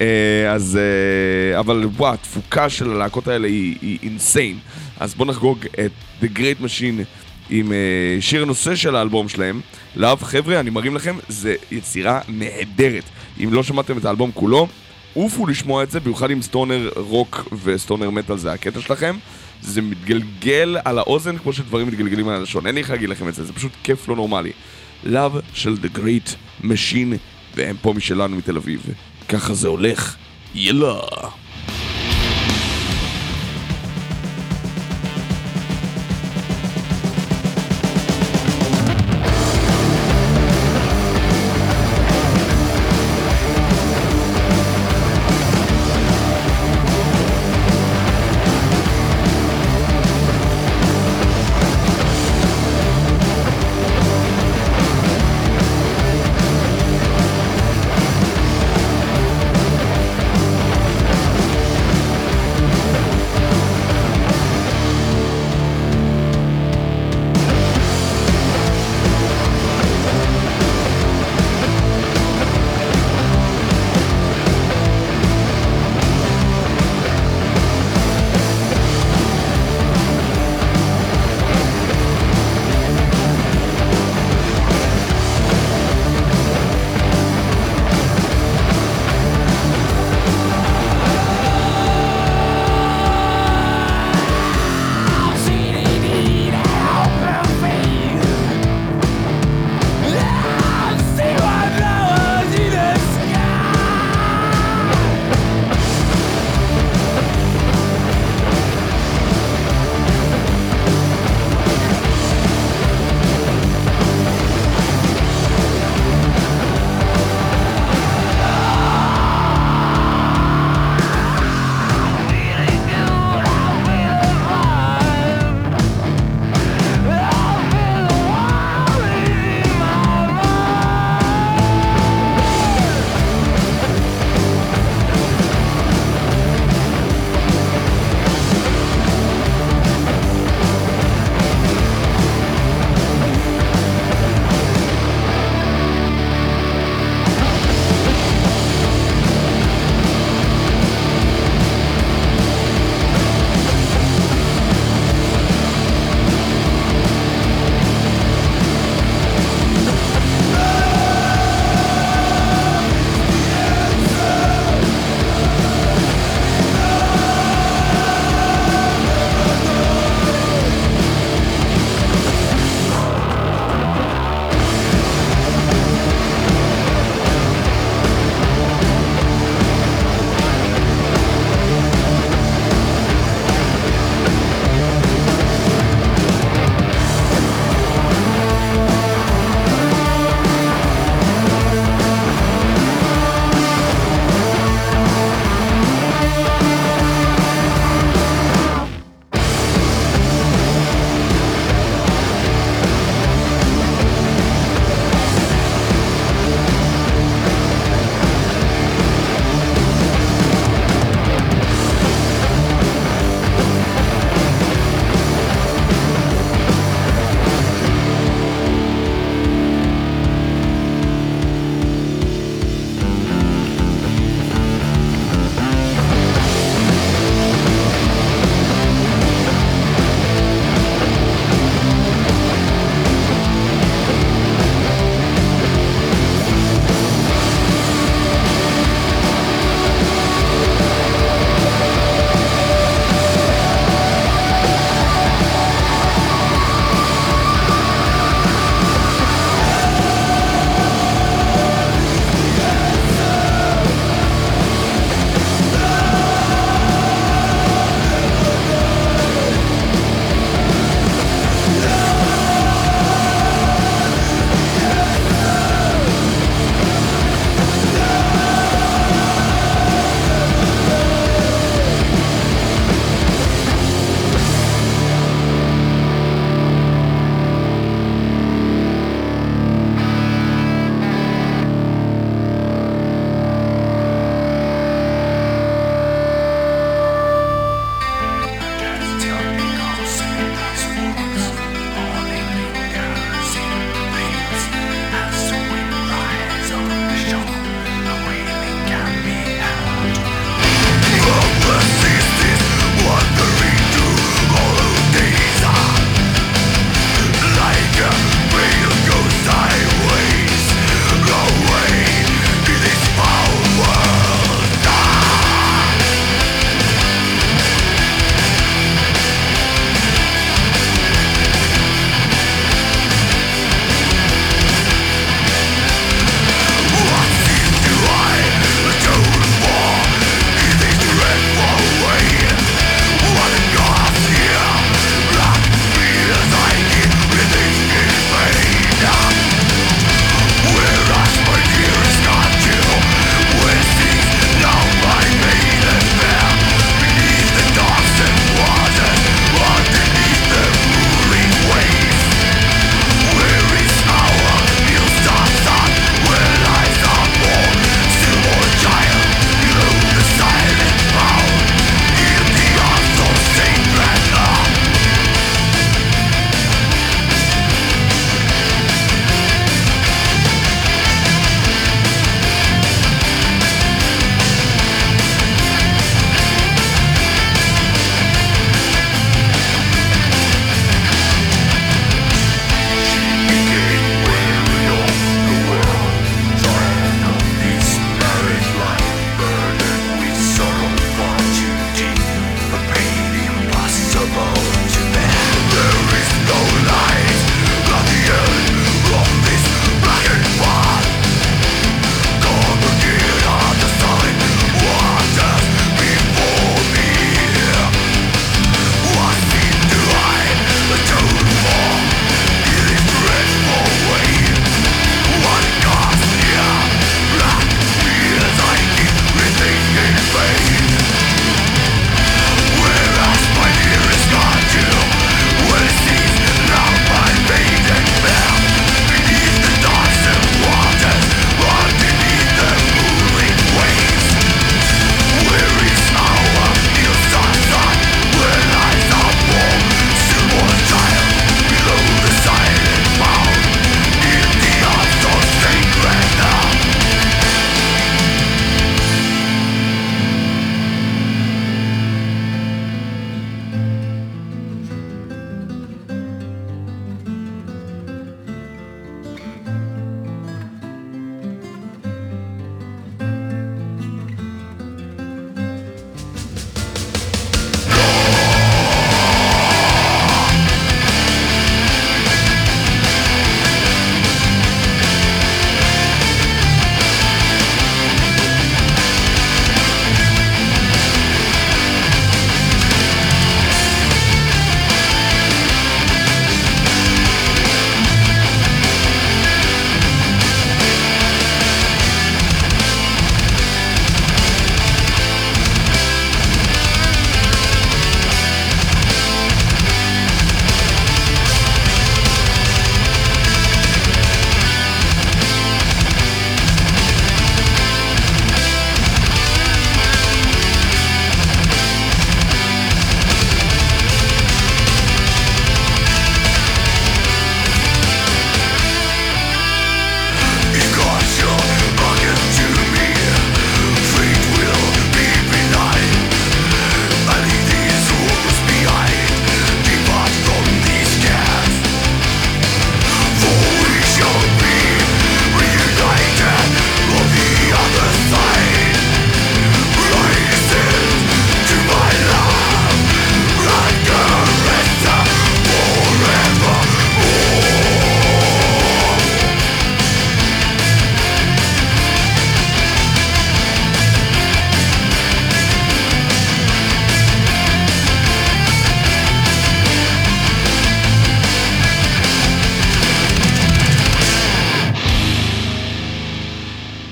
אבל וואו, התפוקה של הלהקות האלה היא אינסיין, אז בואו נחגוג את The Great Machine עם שיר הנושא של האלבום שלהם, Love. חבר'ה, אני מרים לכם, זה יצירה נהדרת, אם לא שמעתם את האלבום כולו, אופו לשמוע את זה, במיוחד עם סטונר רוק וסטונר מטל, זה הקטע שלכם. זה מתגלגל על האוזן כמו שדברים מתגלגלים על הלשון. אין לי איך להגיד לכם את זה, זה פשוט כיף לא נורמלי. Love של The Great Machine, והם פה משלנו מתל אביב. ככה זה הולך. יאללה.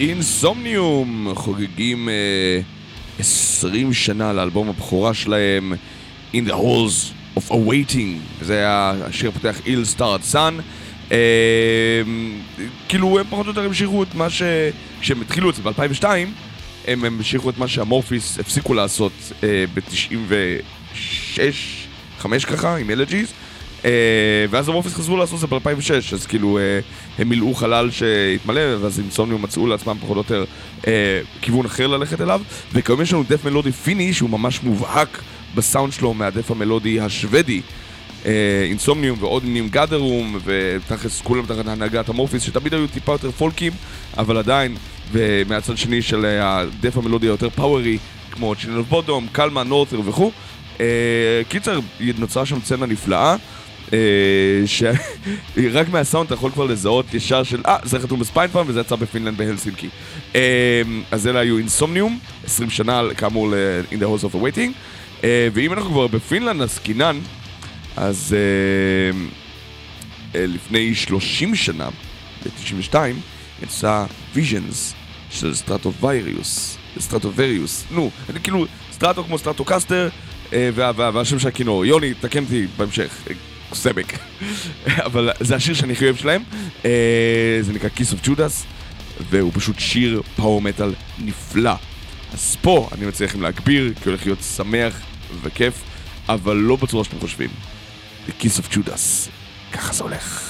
אינסומניום חוגגים 20 שנה לאלבום הבכורה שלהם In the Halls of Awaiting, וזה היה השיר הפותח Ill Starred Sun. כאילו הם פחות או יותר המשיכו את מה שהם התחילו את זה ב-2002, הם המשיכו את מה שהמורפיס הפסיקו לעשות ב-96, 5 ככה, עם אלג'יז, ואז המורפיס חזרו לעשות את זה ב-2006, אז כאילו הם מילאו חלל שהתמלא, ואז אינסומניום מצאו לעצמם פחות או יותר כיוון אחר ללכת אליו, וכיום יש לנו דף מלודי פיני שהוא ממש מובהק בסאונד שלו מהדף המלודי השוודי, אינסומניום ועוד נים גאדרום, ותכף כולם תחת הנהגת המורפיס שתמיד היו טיפה יותר פולקים, אבל עדיין, ומהצד שני של הדף המלודי היותר פאוורי, כמו צ'ינל בודום, קלמה, נורת'ר וכו'. קיצר, נוצרה שם צנה נפלאה, שרק מהסאונד אתה יכול כבר לזהות ישר של זה חתום בספיינפארם וזה יצא בפינלנד בהלסינקי. אז אלה היו אינסומניום, 20 שנה כאמור In the Halls of Awaiting, ואם אנחנו כבר בפינלנד עסקינן, אז לפני 30 שנה, ב-92, יצא Visions של סטרטובריוס, כאילו סטרטו כמו סטרטוקסטר, והשם של הכינור, יוני, תקן אותי בהמשך, סמק, אבל זה השיר שאני הכי אוהב שלהם, זה נקרא Kiss of Judas, והוא פשוט שיר פאוור מטל נפלא. אז פה אני מציע לכם להגביר, כי הולך להיות שמח וכיף, אבל לא בצורה שאתם חושבים. The Kiss of Judas, ככה זה הולך.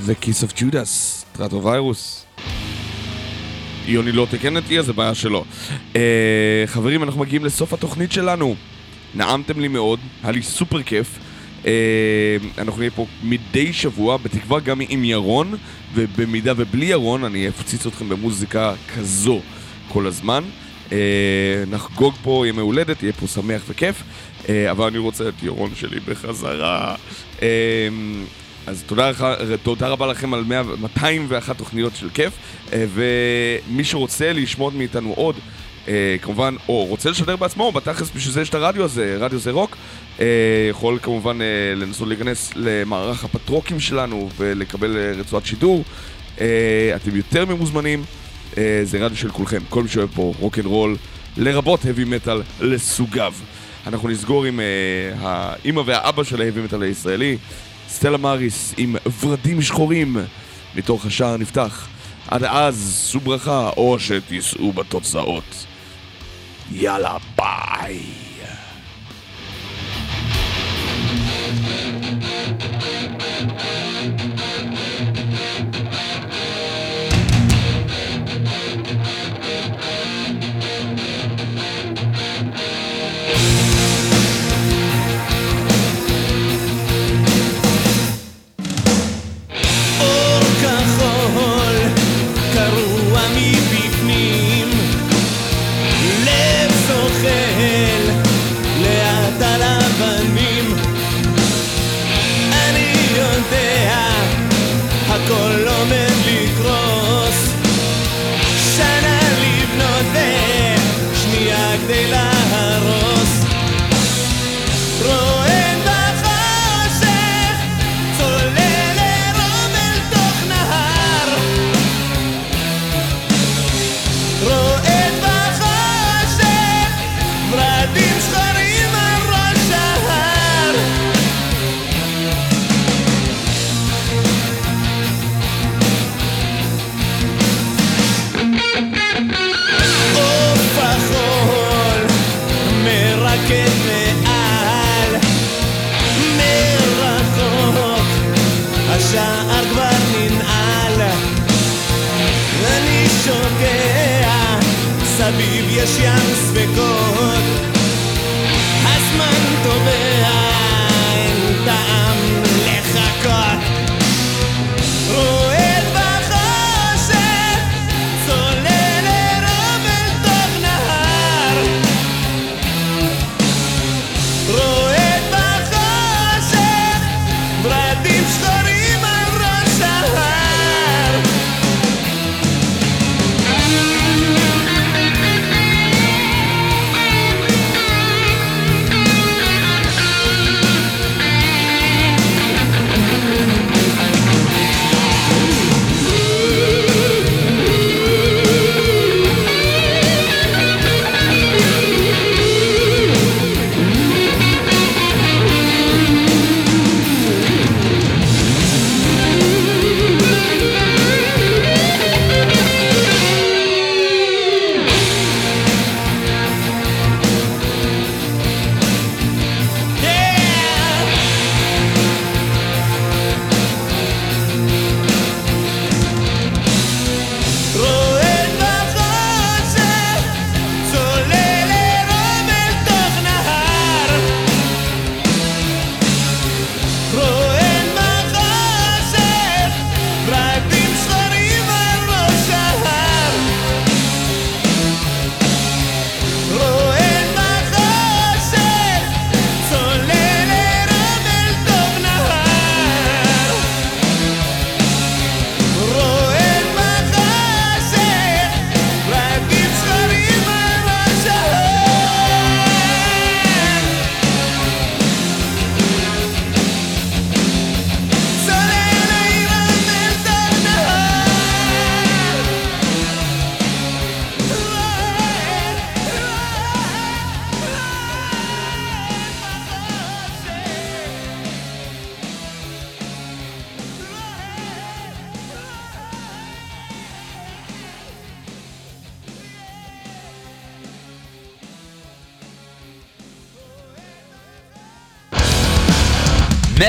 וקיס אוף ג'ודס, טרטו ויירוס. יוני לא תקן אותי, אז זה בעיה שלו. חברים, אנחנו מגיעים לסוף התוכנית שלנו. נעמתם לי מאוד, היה לי סופר כיף. אנחנו נהיה פה מדי שבוע, בתקווה גם עם ירון, ובמידה ובלי ירון אני אפציץ אתכם במוזיקה כזו כל הזמן. נחגוג פה ימי הולדת, יהיה פה שמח וכיף, אבל אני רוצה את ירון שלי בחזרה. אז תודה רבה לכם על 201 תוכניות של כיף, ומי שרוצה לשמוע מאיתנו עוד, כמובן, או רוצה לשדר בעצמו, בתכלס בשביל זה יש את הרדיו הזה, רדיו זה רוק, יכול כמובן לנסות להיכנס למערך הפטרוקים שלנו ולקבל רצועת שידור. אתם יותר ממוזמנים, זה רדיו של כולכם, כל מי שאוהב פה רוק אנד רול, לרבות heavy metal לסוגיו. אנחנו נסגור עם האמא והאבא של ההאבי מטל הישראלי, סטלה מאריס עם ורדים שחורים, מתוך השער נפתח. עד אז, שו ברכה, או שתיסעו בתוצאות. יאללה, ביי. הכל עומד לקרוס, שנה לבנות ושנייה כדי להרוס. רועד בחושך, צולל עירום אל תוך נהר. רועד בחושך, ורדים שחורים על ראש ההר. מרקד מעל, מרחוק, השער כבר ננעל. אני שוקע, סביב יש ים ספקות, הזמן טובע, אין טעם לחכות.